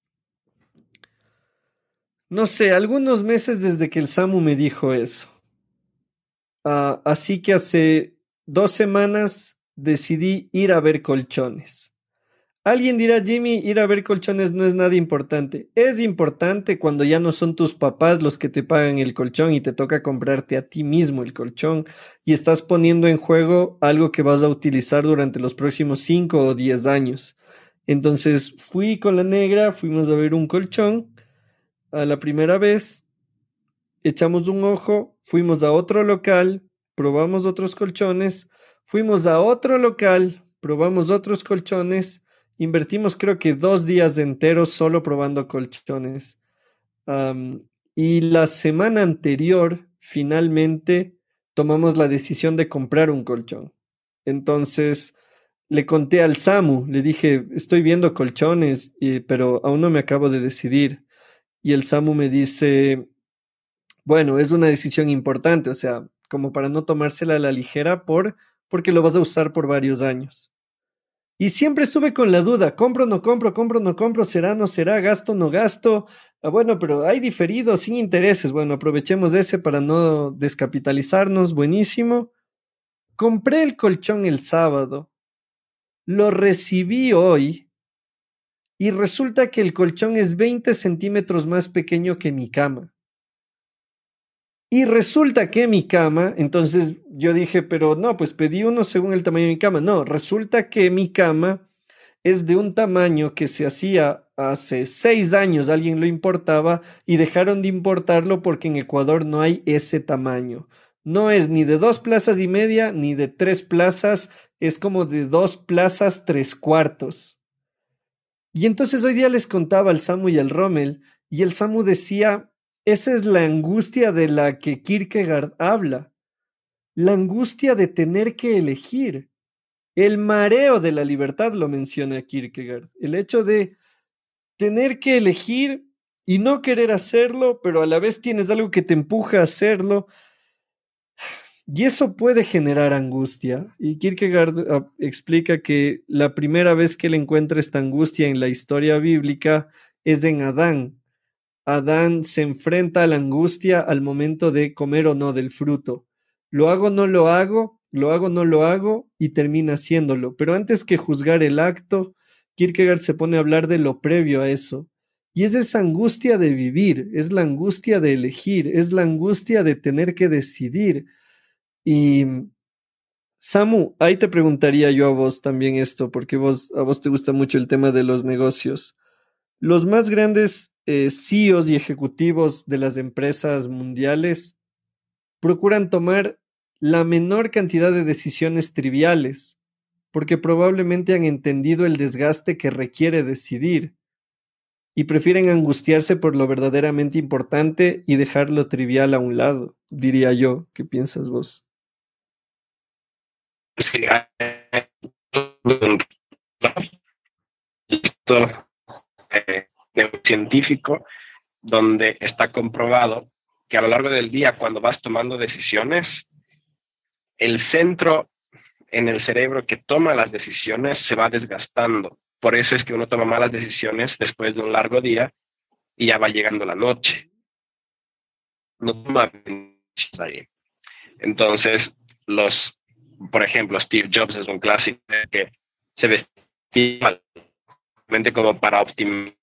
no sé, algunos meses desde que el Samu me dijo eso. Ah, así que hace dos semanas decidí ir a ver colchones. Alguien dirá, Jimmy, ir a ver colchones no es nada importante. Es importante cuando ya no son tus papás los que te pagan el colchón y te toca comprarte a ti mismo el colchón y estás poniendo en juego algo que vas a utilizar durante los próximos cinco o diez años. Entonces fui con la negra, fuimos a ver un colchón a la primera vez echamos un ojo, fuimos a otro local, probamos otros colchones, fuimos a otro local, probamos otros colchones, invertimos creo que dos días enteros solo probando colchones. Um, y la semana anterior, finalmente, tomamos la decisión de comprar un colchón. Entonces, le conté al Samu, le dije, estoy viendo colchones, y, pero aún no me acabo de decidir. Y el Samu me dice, bueno, es una decisión importante, o sea, como para no tomársela a la ligera por, porque lo vas a usar por varios años. Y siempre estuve con la duda, compro, no compro, compro, no compro, será, no será, gasto, no gasto. Ah, bueno, pero hay diferido sin intereses. Bueno, aprovechemos ese para no descapitalizarnos. Buenísimo. Compré el colchón el sábado, lo recibí hoy y resulta que el colchón es veinte centímetros más pequeño que mi cama. Y resulta que mi cama, entonces yo dije, pero no, pues pedí uno según el tamaño de mi cama. No, resulta que mi cama es de un tamaño que se hacía hace seis años, alguien lo importaba y dejaron de importarlo porque en Ecuador no hay ese tamaño. No es ni de dos plazas y media ni de tres plazas, es como de dos plazas tres cuartos. Y entonces hoy día les contaba al Samu y al Rommel, y el Samu decía, esa es la angustia de la que Kierkegaard habla, la angustia de tener que elegir. El mareo de la libertad lo menciona Kierkegaard, el hecho de tener que elegir y no querer hacerlo, pero a la vez tienes algo que te empuja a hacerlo. Y eso puede generar angustia. Y Kierkegaard uh, explica que la primera vez que él encuentra esta angustia en la historia bíblica es en Adán. Adán se enfrenta a la angustia al momento de comer o no del fruto. Lo hago, no lo hago, lo hago, no lo hago, y termina haciéndolo. Pero antes que juzgar el acto, Kierkegaard se pone a hablar de lo previo a eso. Y es esa angustia de vivir, es la angustia de elegir, es la angustia de tener que decidir. Y Samu, ahí te preguntaría yo a vos también esto, porque vos, a vos te gusta mucho el tema de los negocios. Los más grandes eh, C E Os y ejecutivos de las empresas mundiales procuran tomar la menor cantidad de decisiones triviales, porque probablemente han entendido el desgaste que requiere decidir y prefieren angustiarse por lo verdaderamente importante y dejar lo trivial a un lado, diría yo. ¿Qué piensas vos? Sí, hay un esto, eh, neurocientífico donde está comprobado que a lo largo del día, cuando vas tomando decisiones, el centro en el cerebro que toma las decisiones se va desgastando. Por eso es que uno toma malas decisiones después de un largo día y ya va llegando la noche. No toma decisiones ahí. Entonces, los, por ejemplo, Steve Jobs es un clásico que se vestía como para optimizar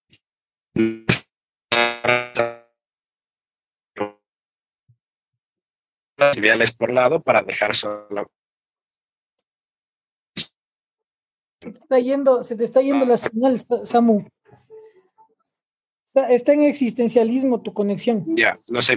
triviales por lado para dejar solo. Se te está yendo, se te está yendo la señal, Samu. Está, está en existencialismo tu conexión. Ya, no sé.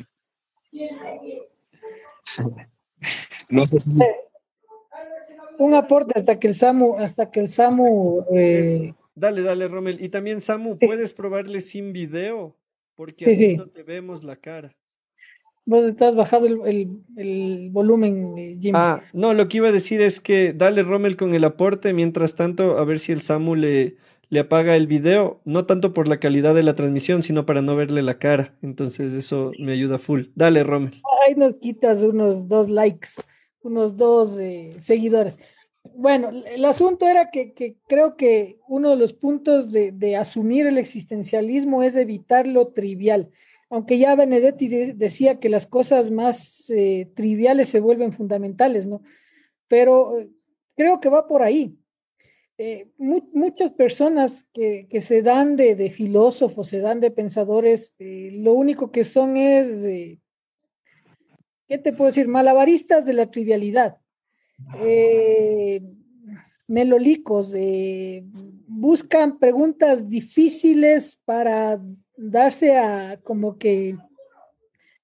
No sé si... Un aporte hasta que el Samu, hasta que el Samu. Eh... Dale, dale, Rommel. Y también, Samu, ¿puedes probarle sin video? Porque sí, así sí. no te vemos la cara. Vos estás bajado el, el, el volumen, Jim. Ah, no, lo que iba a decir es que dale, Rommel, con el aporte. Mientras tanto, a ver si el Samu le, le apaga el video. No tanto por la calidad de la transmisión, sino para no verle la cara. Entonces eso me ayuda full. Dale, Rommel. Ahí nos quitas unos dos likes, unos dos eh, seguidores. Bueno, el asunto era que, que creo que uno de los puntos de, de asumir el existencialismo es evitar lo trivial. Aunque ya Benedetti de, decía que las cosas más eh, triviales se vuelven fundamentales, ¿no? Pero eh, creo que va por ahí. Eh, mu muchas personas que, que se dan de, de filósofos, se dan de pensadores, eh, lo único que son es, eh, ¿qué te puedo decir? Malabaristas de la trivialidad. Eh, melolicos, eh, buscan preguntas difíciles para darse a como que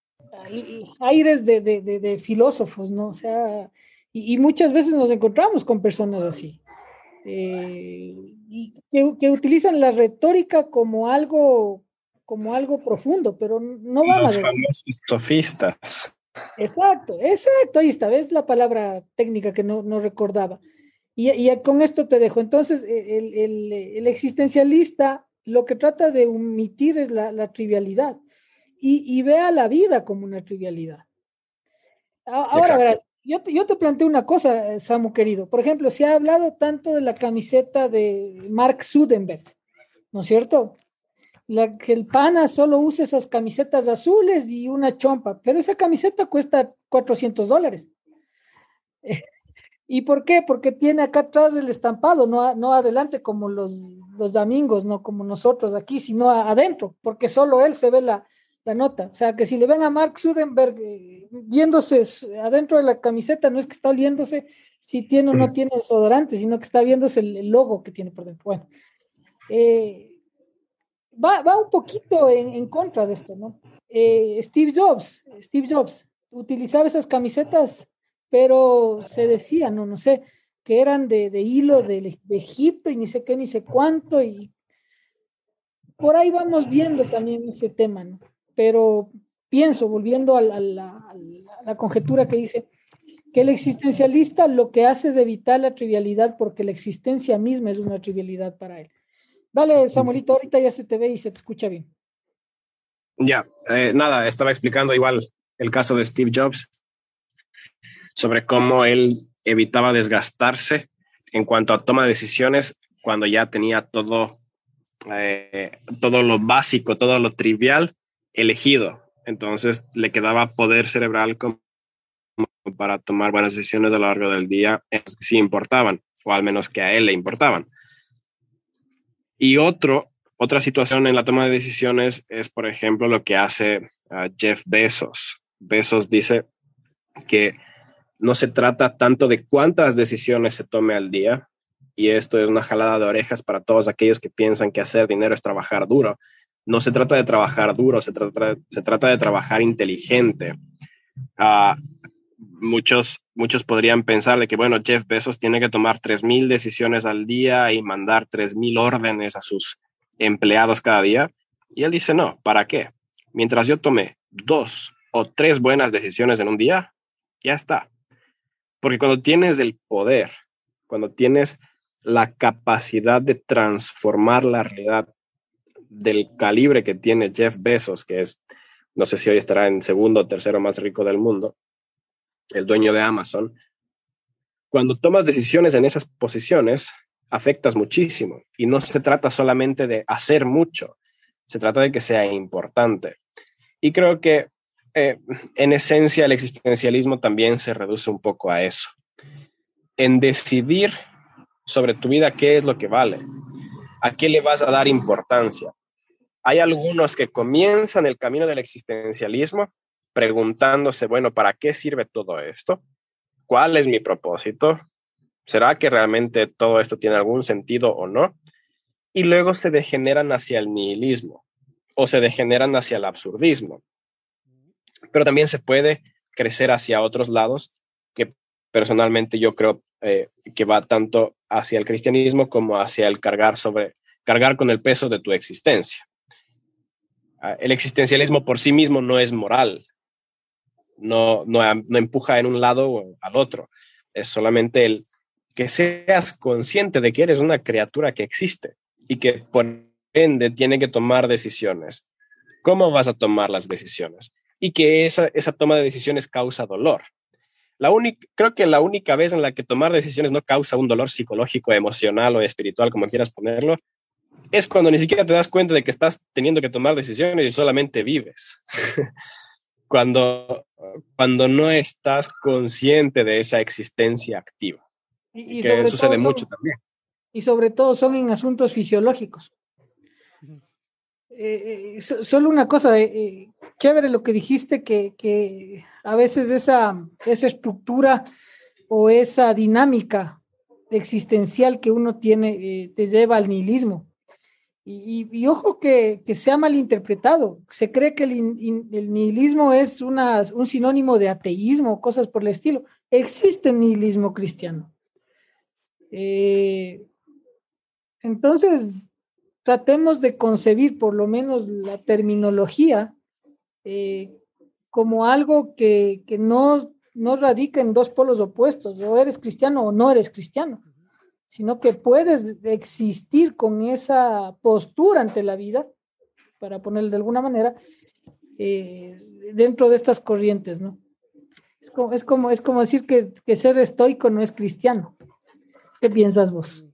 aires de, de, de, de filósofos, ¿no? O sea, y, y, muchas veces nos encontramos con personas así, eh, y que, que utilizan la retórica como algo, como algo profundo, pero no va más Los allá. famosos sofistas. Exacto, exacto, ahí está, ves la palabra técnica que no, no recordaba. Y, y con esto te dejo. Entonces, el, el, el existencialista lo que trata de omitir es la, la trivialidad y, y ve a la vida como una trivialidad. Ahora, Exacto. verás, yo te, yo te planteo una cosa, Samu querido. Por ejemplo, se ha hablado tanto de la camiseta de Mark Zuckerberg, ¿no es cierto? La, que el pana solo usa esas camisetas azules y una chompa, pero esa camiseta cuesta cuatrocientos dólares. ¿Y por qué? Porque tiene acá atrás el estampado, no, a, no adelante como los, los domingos, no como nosotros aquí, sino a, adentro, porque solo él se ve la, la nota. O sea, que si le ven a Mark Zuckerberg eh, viéndose adentro de la camiseta, no es que está oliéndose si tiene o no tiene desodorante, sino que está viéndose el, el logo que tiene por dentro. Bueno, eh, va, va un poquito en, en contra de esto, ¿no? Eh, Steve Jobs, Steve Jobs utilizaba esas camisetas, pero se decía, no, no sé, que eran de, de hilo de, de Egipto y ni sé qué, ni sé cuánto, y por ahí vamos viendo también ese tema, ¿no? Pero pienso, volviendo a la, a la, a la conjetura que dice, que el existencialista lo que hace es evitar la trivialidad porque la existencia misma es una trivialidad para él. Dale, Samuelito, ahorita ya se te ve y se te escucha bien. Ya, eh, nada, estaba explicando igual el caso de Steve Jobs sobre cómo él evitaba desgastarse en cuanto a toma de decisiones cuando ya tenía todo, eh, todo lo básico, todo lo trivial elegido. Entonces le quedaba poder cerebral como para tomar buenas decisiones a lo largo del día, que sí importaban, o al menos que a él le importaban. Y otro, otra situación en la toma de decisiones es, por ejemplo, lo que hace uh, Jeff Bezos. Bezos dice que no se trata tanto de cuántas decisiones se tome al día, y esto es una jalada de orejas para todos aquellos que piensan que hacer dinero es trabajar duro. No se trata de trabajar duro, se trata, se trata de trabajar inteligente. Uh, muchos, muchos podrían pensar de que, bueno, Jeff Bezos tiene que tomar tres mil decisiones al día y mandar tres mil órdenes a sus empleados cada día. Y él dice, no, ¿para qué? Mientras yo tome dos o tres buenas decisiones en un día, ya está. Porque cuando tienes el poder, cuando tienes la capacidad de transformar la realidad del calibre que tiene Jeff Bezos, que es, no sé si hoy estará en segundo o tercero más rico del mundo, el dueño de Amazon, cuando tomas decisiones en esas posiciones, afectas muchísimo. Y no se trata solamente de hacer mucho, se trata de que sea importante. Y creo que eh, en esencia el existencialismo también se reduce un poco a eso. En decidir sobre tu vida qué es lo que vale, a qué le vas a dar importancia. Hay algunos que comienzan el camino del existencialismo preguntándose, bueno, ¿para qué sirve todo esto? ¿Cuál es mi propósito? ¿Será que realmente todo esto tiene algún sentido o no? Y luego se degeneran hacia el nihilismo o se degeneran hacia el absurdismo. Pero también se puede crecer hacia otros lados que personalmente yo creo eh, que va tanto hacia el cristianismo como hacia el cargar, sobre, cargar con el peso de tu existencia. Uh, el existencialismo por sí mismo no es moral, no, no, no empuja en un lado o al otro, es solamente el que seas consciente de que eres una criatura que existe y que por ende tiene que tomar decisiones. ¿Cómo vas a tomar las decisiones? Y que esa, esa toma de decisiones causa dolor. La única, creo que la única vez en la que tomar decisiones no causa un dolor psicológico, emocional o espiritual, como quieras ponerlo, es cuando ni siquiera te das cuenta de que estás teniendo que tomar decisiones y solamente vives. cuando, cuando no estás consciente de esa existencia activa. Y, y que sucede son, mucho también. Y sobre todo son en asuntos fisiológicos. Eh, eh, so, solo una cosa, eh, chévere lo que dijiste, que, que a veces esa, esa estructura o esa dinámica existencial que uno tiene eh, te lleva al nihilismo. Y, y, y ojo que, que se ha malinterpretado. Se cree que el, in, el nihilismo es una, un sinónimo de ateísmo, cosas por el estilo. Existe nihilismo cristiano. Eh, entonces, tratemos de concebir por lo menos la terminología eh, como algo que, que no, no radica en dos polos opuestos, o eres cristiano o no eres cristiano, sino que puedes existir con esa postura ante la vida, para ponerlo de alguna manera, eh, dentro de estas corrientes, ¿no? Es como, es como, es como decir que, que ser estoico no es cristiano. ¿Qué piensas vos?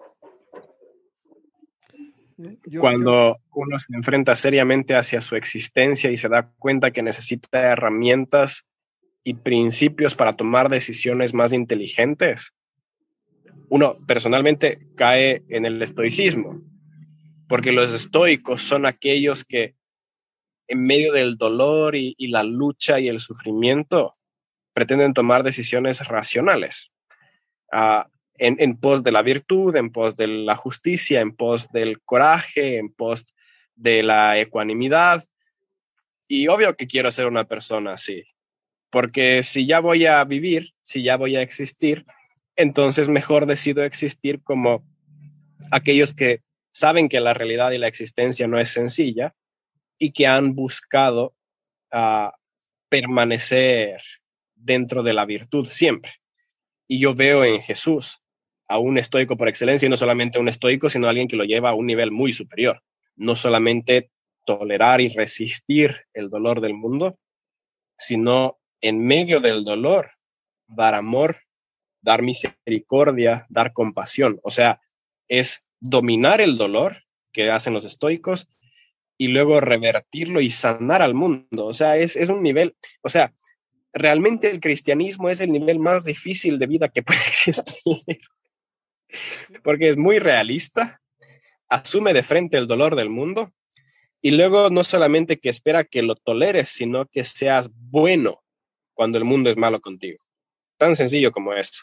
Yo, Cuando yo, uno se enfrenta seriamente hacia su existencia y se da cuenta que necesita herramientas y principios para tomar decisiones más inteligentes, uno personalmente cae en el estoicismo, porque los estoicos son aquellos que en medio del dolor y, y la lucha y el sufrimiento pretenden tomar decisiones racionales, uh, en, en pos de la virtud, en pos de la justicia, en pos del coraje, en pos de la ecuanimidad. Y obvio que quiero ser una persona así, porque si ya voy a vivir, si ya voy a existir, entonces mejor decido existir como aquellos que saben que la realidad y la existencia no es sencilla y que han buscado uh, permanecer dentro de la virtud siempre. Y yo veo en Jesús a un estoico por excelencia, y no solamente un estoico, sino alguien que lo lleva a un nivel muy superior. No solamente tolerar y resistir el dolor del mundo, sino en medio del dolor dar amor, dar misericordia, dar compasión. O sea, es dominar el dolor que hacen los estoicos y luego revertirlo y sanar al mundo. O sea, es, es un nivel, o sea, realmente el cristianismo es el nivel más difícil de vida que puede existir, porque es muy realista, asume de frente el dolor del mundo y luego no solamente que espera que lo toleres, sino que seas bueno cuando el mundo es malo contigo. Tan sencillo como eso.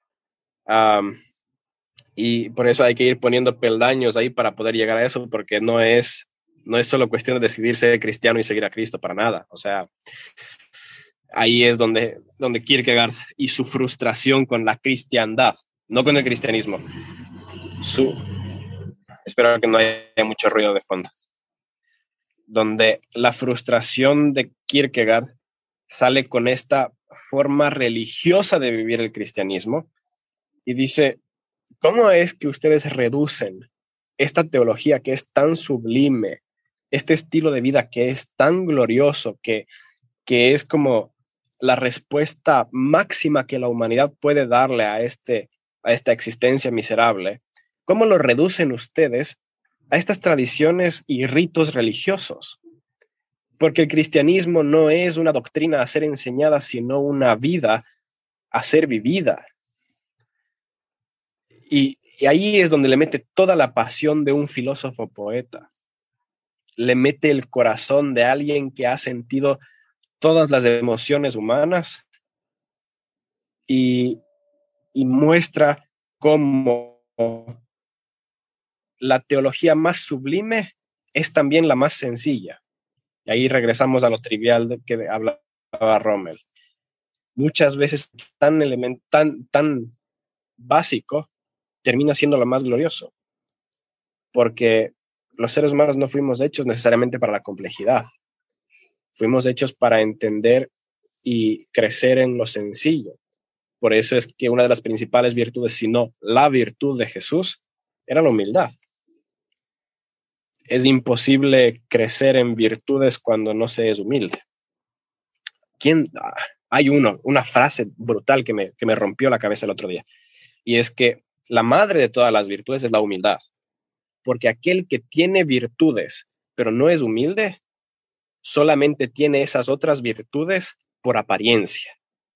Um, y por eso hay que ir poniendo peldaños ahí para poder llegar a eso, porque no es, no es solo cuestión de decidir ser cristiano y seguir a Cristo para nada. O sea, ahí es donde, donde Kierkegaard y su frustración con la cristiandad, no con el cristianismo. Su, espero que no haya mucho ruido de fondo. Donde la frustración de Kierkegaard sale con esta forma religiosa de vivir el cristianismo y dice, ¿cómo es que ustedes reducen esta teología que es tan sublime, este estilo de vida que es tan glorioso, que, que es como la respuesta máxima que la humanidad puede darle a, este, a esta existencia miserable? ¿Cómo lo reducen ustedes a estas tradiciones y ritos religiosos? Porque el cristianismo no es una doctrina a ser enseñada, sino una vida a ser vivida. Y, y ahí es donde le mete toda la pasión de un filósofo poeta. Le mete el corazón de alguien que ha sentido todas las emociones humanas y, y muestra cómo la teología más sublime es también la más sencilla. Y ahí regresamos a lo trivial de que hablaba Rommel. Muchas veces tan, element, tan, tan básico termina siendo lo más glorioso, porque los seres humanos no fuimos hechos necesariamente para la complejidad. Fuimos hechos para entender y crecer en lo sencillo. Por eso es que una de las principales virtudes, si no la virtud de Jesús, era la humildad. Es imposible crecer en virtudes cuando no se es humilde. ¿Quién? Ah, hay uno, una frase brutal que me, que me rompió la cabeza el otro día, y es que la madre de todas las virtudes es la humildad, porque aquel que tiene virtudes pero no es humilde, solamente tiene esas otras virtudes por apariencia.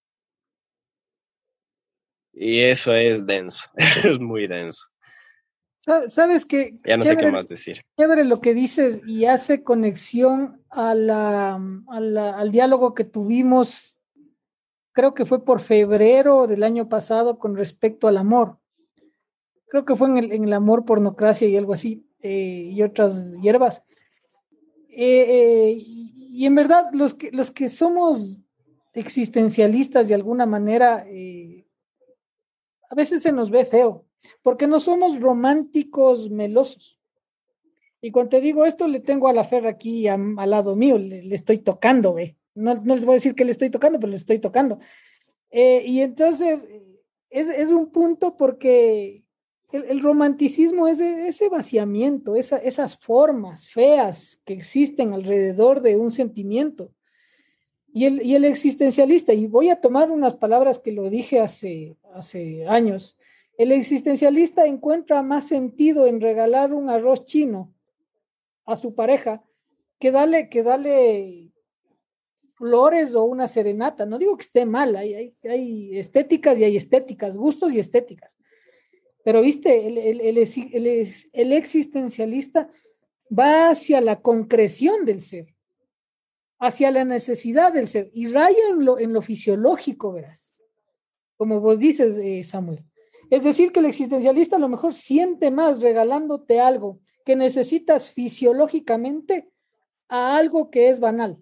Y eso es denso, eso es muy denso. ¿Sabes qué? Ya no chévere, sé qué más decir. Chévere lo que dices y hace conexión a la, a la, al diálogo que tuvimos, creo que fue por febrero del año pasado con respecto al amor. Creo que fue en el, en el amor, pornocracia y algo así. eh, y otras hierbas. Eh, eh, y, y en verdad, los que, los que somos existencialistas de alguna manera, eh, a veces se nos ve feo, porque no somos románticos melosos. Y cuando te digo esto, le tengo a la Fer aquí a- al lado mío, le, le estoy tocando, ve. No, no les voy a decir que le estoy tocando, pero le estoy tocando. Eh, y entonces, eh, es, es un punto porque el, el romanticismo es e- ese vaciamiento, esa- esas formas feas que existen alrededor de un sentimiento. Y el, y el existencialista, y voy a tomar unas palabras que lo dije hace, hace años, el existencialista encuentra más sentido en regalar un arroz chino a su pareja que darle, que darle flores o una serenata. No digo que esté mal, hay, hay, hay estéticas y hay estéticas, gustos y estéticas. Pero viste, el, el, el, el, el existencialista va hacia la concreción del ser, hacia la necesidad del ser y raya en lo, en lo fisiológico, verás, como vos dices, eh, Samuel. Es decir, que el existencialista a lo mejor siente más regalándote algo que necesitas fisiológicamente a algo que es banal.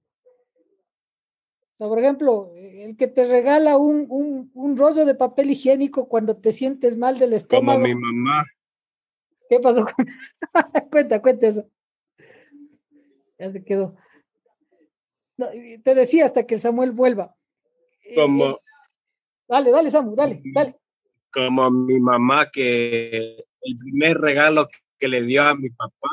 O sea, por ejemplo, el que te regala un, un, un rollo de papel higiénico cuando te sientes mal del Como estómago. mi mamá. ¿Qué pasó con... cuenta, cuenta eso. Ya se quedó. No, te decía hasta que el Samuel vuelva. Como, Eh, dale, dale, Samu, dale, dale. como mi mamá, que el primer regalo que le dio a mi papá.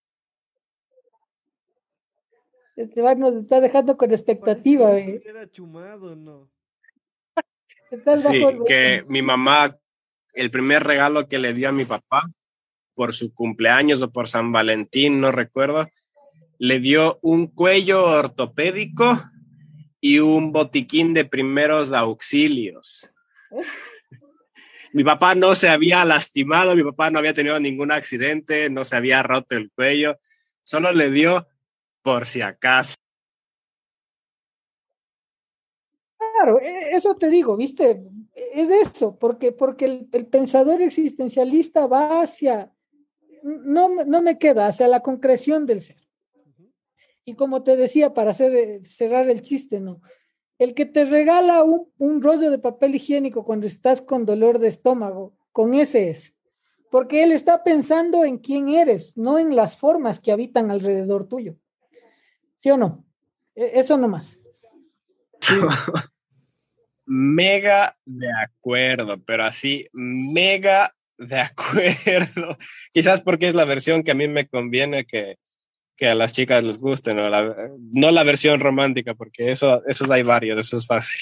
Este va, nos está dejando con expectativa. Parece que Eh. estuviera chumado, ¿no? Estás bajo el... Sí, que mi mamá, el primer regalo que le dio a mi papá por su cumpleaños o por San Valentín, no recuerdo, le dio un cuello ortopédico y un botiquín de primeros auxilios. ¿Eh? Mi papá no se había lastimado, mi papá no había tenido ningún accidente, no se había roto el cuello, solo le dio por si acaso. Claro, eso te digo, ¿viste? Es eso, porque, porque el, el pensador existencialista va hacia, no, no me queda, hacia la concreción del ser. Y como te decía, para hacer, cerrar el chiste, ¿no? El que te regala un, un rollo de papel higiénico cuando estás con dolor de estómago, con ese es. Porque él está pensando en quién eres, no en las formas que habitan alrededor tuyo. ¿Sí o no? Eso nomás. Sí. Mega de acuerdo, pero así, mega de acuerdo. Quizás porque es la versión que a mí me conviene que, que a las chicas les guste, ¿no? La, no la versión romántica, porque eso, esos hay varios, eso es fácil.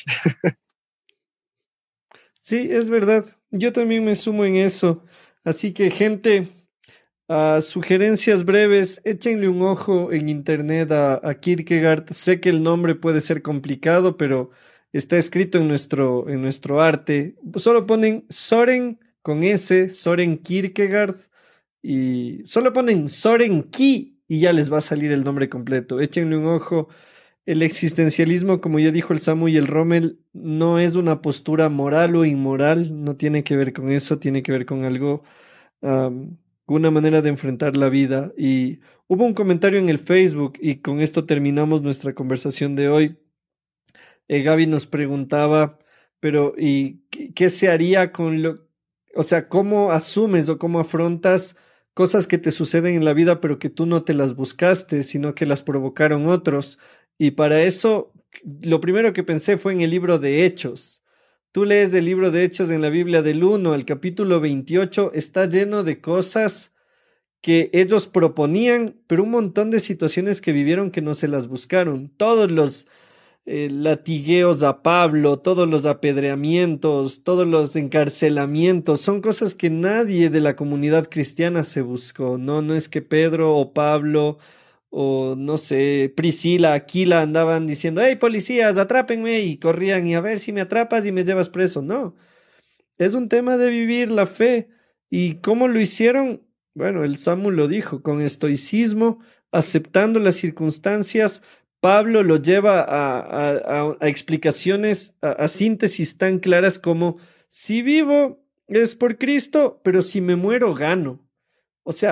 Sí, es verdad. Yo también me sumo en eso. Así que, gente, uh, sugerencias breves, échenle un ojo en internet a, a Kierkegaard. Sé que el nombre puede ser complicado, pero está escrito en nuestro, en nuestro arte. Solo ponen Soren con S, Soren Kierkegaard, y solo ponen Soren Ki y ya les va a salir el nombre completo. Échenle un ojo. El existencialismo, como ya dijo el Samu y el Rommel, no es una postura moral o inmoral, no tiene que ver con eso, tiene que ver con algo, um, una manera de enfrentar la vida. Y hubo un comentario en el Facebook y con esto terminamos nuestra conversación de hoy. Eh, Gaby nos preguntaba, pero ¿y qué, qué se haría con lo, o sea, cómo asumes o cómo afrontas cosas que te suceden en la vida, pero que tú no te las buscaste, sino que las provocaron otros? Y para eso, lo primero que pensé fue en el libro de Hechos. Tú lees el libro de Hechos en la Biblia del uno al capítulo veintiocho, está lleno de cosas que ellos proponían, pero un montón de situaciones que vivieron que no se las buscaron. Todos los eh, latigueos a Pablo, todos los apedreamientos, todos los encarcelamientos, son cosas que nadie de la comunidad cristiana se buscó, ¿no? No es que Pedro o Pablo o no sé, Priscila, Aquila andaban diciendo, hey policías, atrápenme y corrían y a ver si me atrapas y me llevas preso. No, es un tema de vivir la fe. ¿Y cómo lo hicieron? Bueno, el Samu lo dijo, con estoicismo, aceptando las circunstancias. Pablo lo lleva a, a, a, a explicaciones, a, a síntesis tan claras como, si vivo es por Cristo, pero si me muero gano. O sea,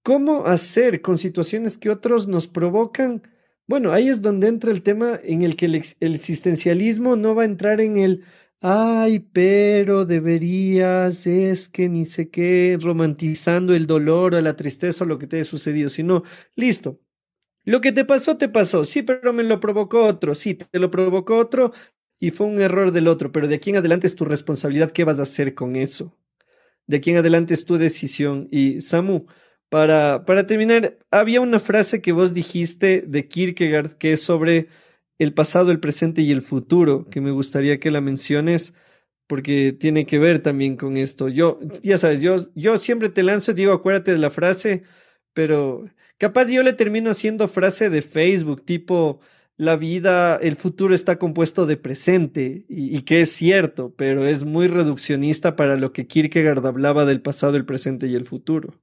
¿cómo hacer con situaciones que otros nos provocan? Bueno, ahí es donde entra el tema en el que el, ex- el existencialismo no va a entrar en el, ay, pero deberías, es que ni sé qué, romantizando el dolor o la tristeza o lo que te haya sucedido, sino, listo. Lo que te pasó, te pasó. Sí, pero me lo provocó otro. Sí, te lo provocó otro y fue un error del otro. Pero de aquí en adelante es tu responsabilidad. ¿Qué vas a hacer con eso? De aquí en adelante es tu decisión. Y Samu, para, para terminar, había una frase que vos dijiste de Kierkegaard que es sobre el pasado, el presente y el futuro, que me gustaría que la menciones porque tiene que ver también con esto. Yo, ya sabes, yo, yo siempre te lanzo y digo, acuérdate de la frase, pero capaz yo le termino haciendo frase de Facebook, tipo, la vida, el futuro está compuesto de presente, y, y que es cierto, pero es muy reduccionista para lo que Kierkegaard hablaba del pasado, el presente y el futuro.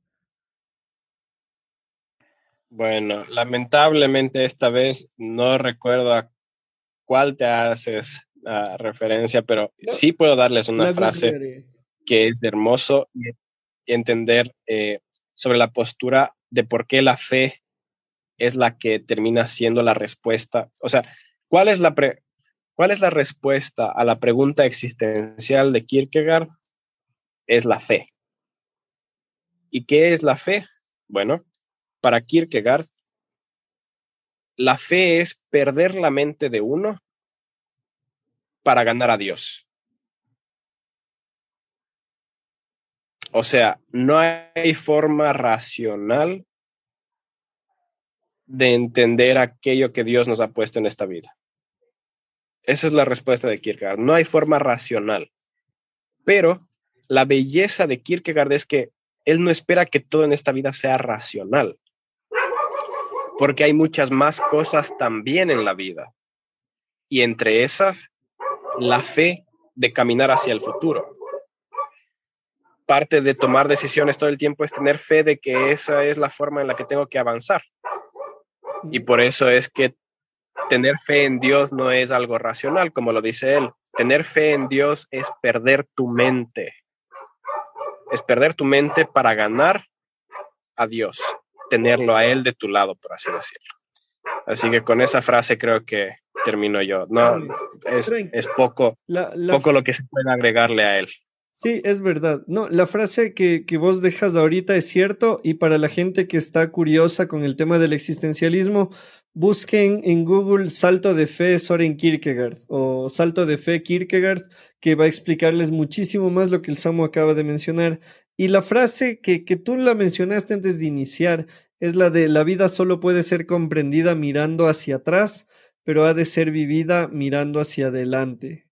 Bueno, lamentablemente esta vez no recuerdo a cuál te haces ah, referencia, pero No, sí puedo darles una la frase googlearé. que es hermoso y y entender eh, sobre la postura de por qué la fe es la que termina siendo la respuesta. O sea, ¿cuál es la, pre- ¿cuál es la respuesta a la pregunta existencial de Kierkegaard? Es la fe. ¿Y qué es la fe? Bueno, para Kierkegaard, la fe es perder la mente de uno para ganar a Dios. O sea, no hay forma racional de entender aquello que Dios nos ha puesto en esta vida. Esa es la respuesta de Kierkegaard. No hay forma racional. Pero la belleza de Kierkegaard es que él no espera que todo en esta vida sea racional, porque hay muchas más cosas también en la vida. Y entre esas, la fe de caminar hacia el futuro. Parte de tomar decisiones todo el tiempo es tener fe de que esa es la forma en la que tengo que avanzar. Y por eso es que tener fe en Dios no es algo racional, como lo dice él. Tener fe en Dios es perder tu mente. Es perder tu mente para ganar a Dios, tenerlo a Él de tu lado, por así decirlo. Así que con esa frase creo que termino yo. No, Dale, es, tranqui. es poco, La, la, poco lo que se puede agregarle a Él. Sí, es verdad. No, la frase que, que vos dejas ahorita es cierto y para la gente que está curiosa con el tema del existencialismo, busquen en Google Salto de Fe Soren Kierkegaard o Salto de Fe Kierkegaard, que va a explicarles muchísimo más lo que el Samu acaba de mencionar. Y la frase que, que tú la mencionaste antes de iniciar es la de la vida solo puede ser comprendida mirando hacia atrás, pero ha de ser vivida mirando hacia adelante.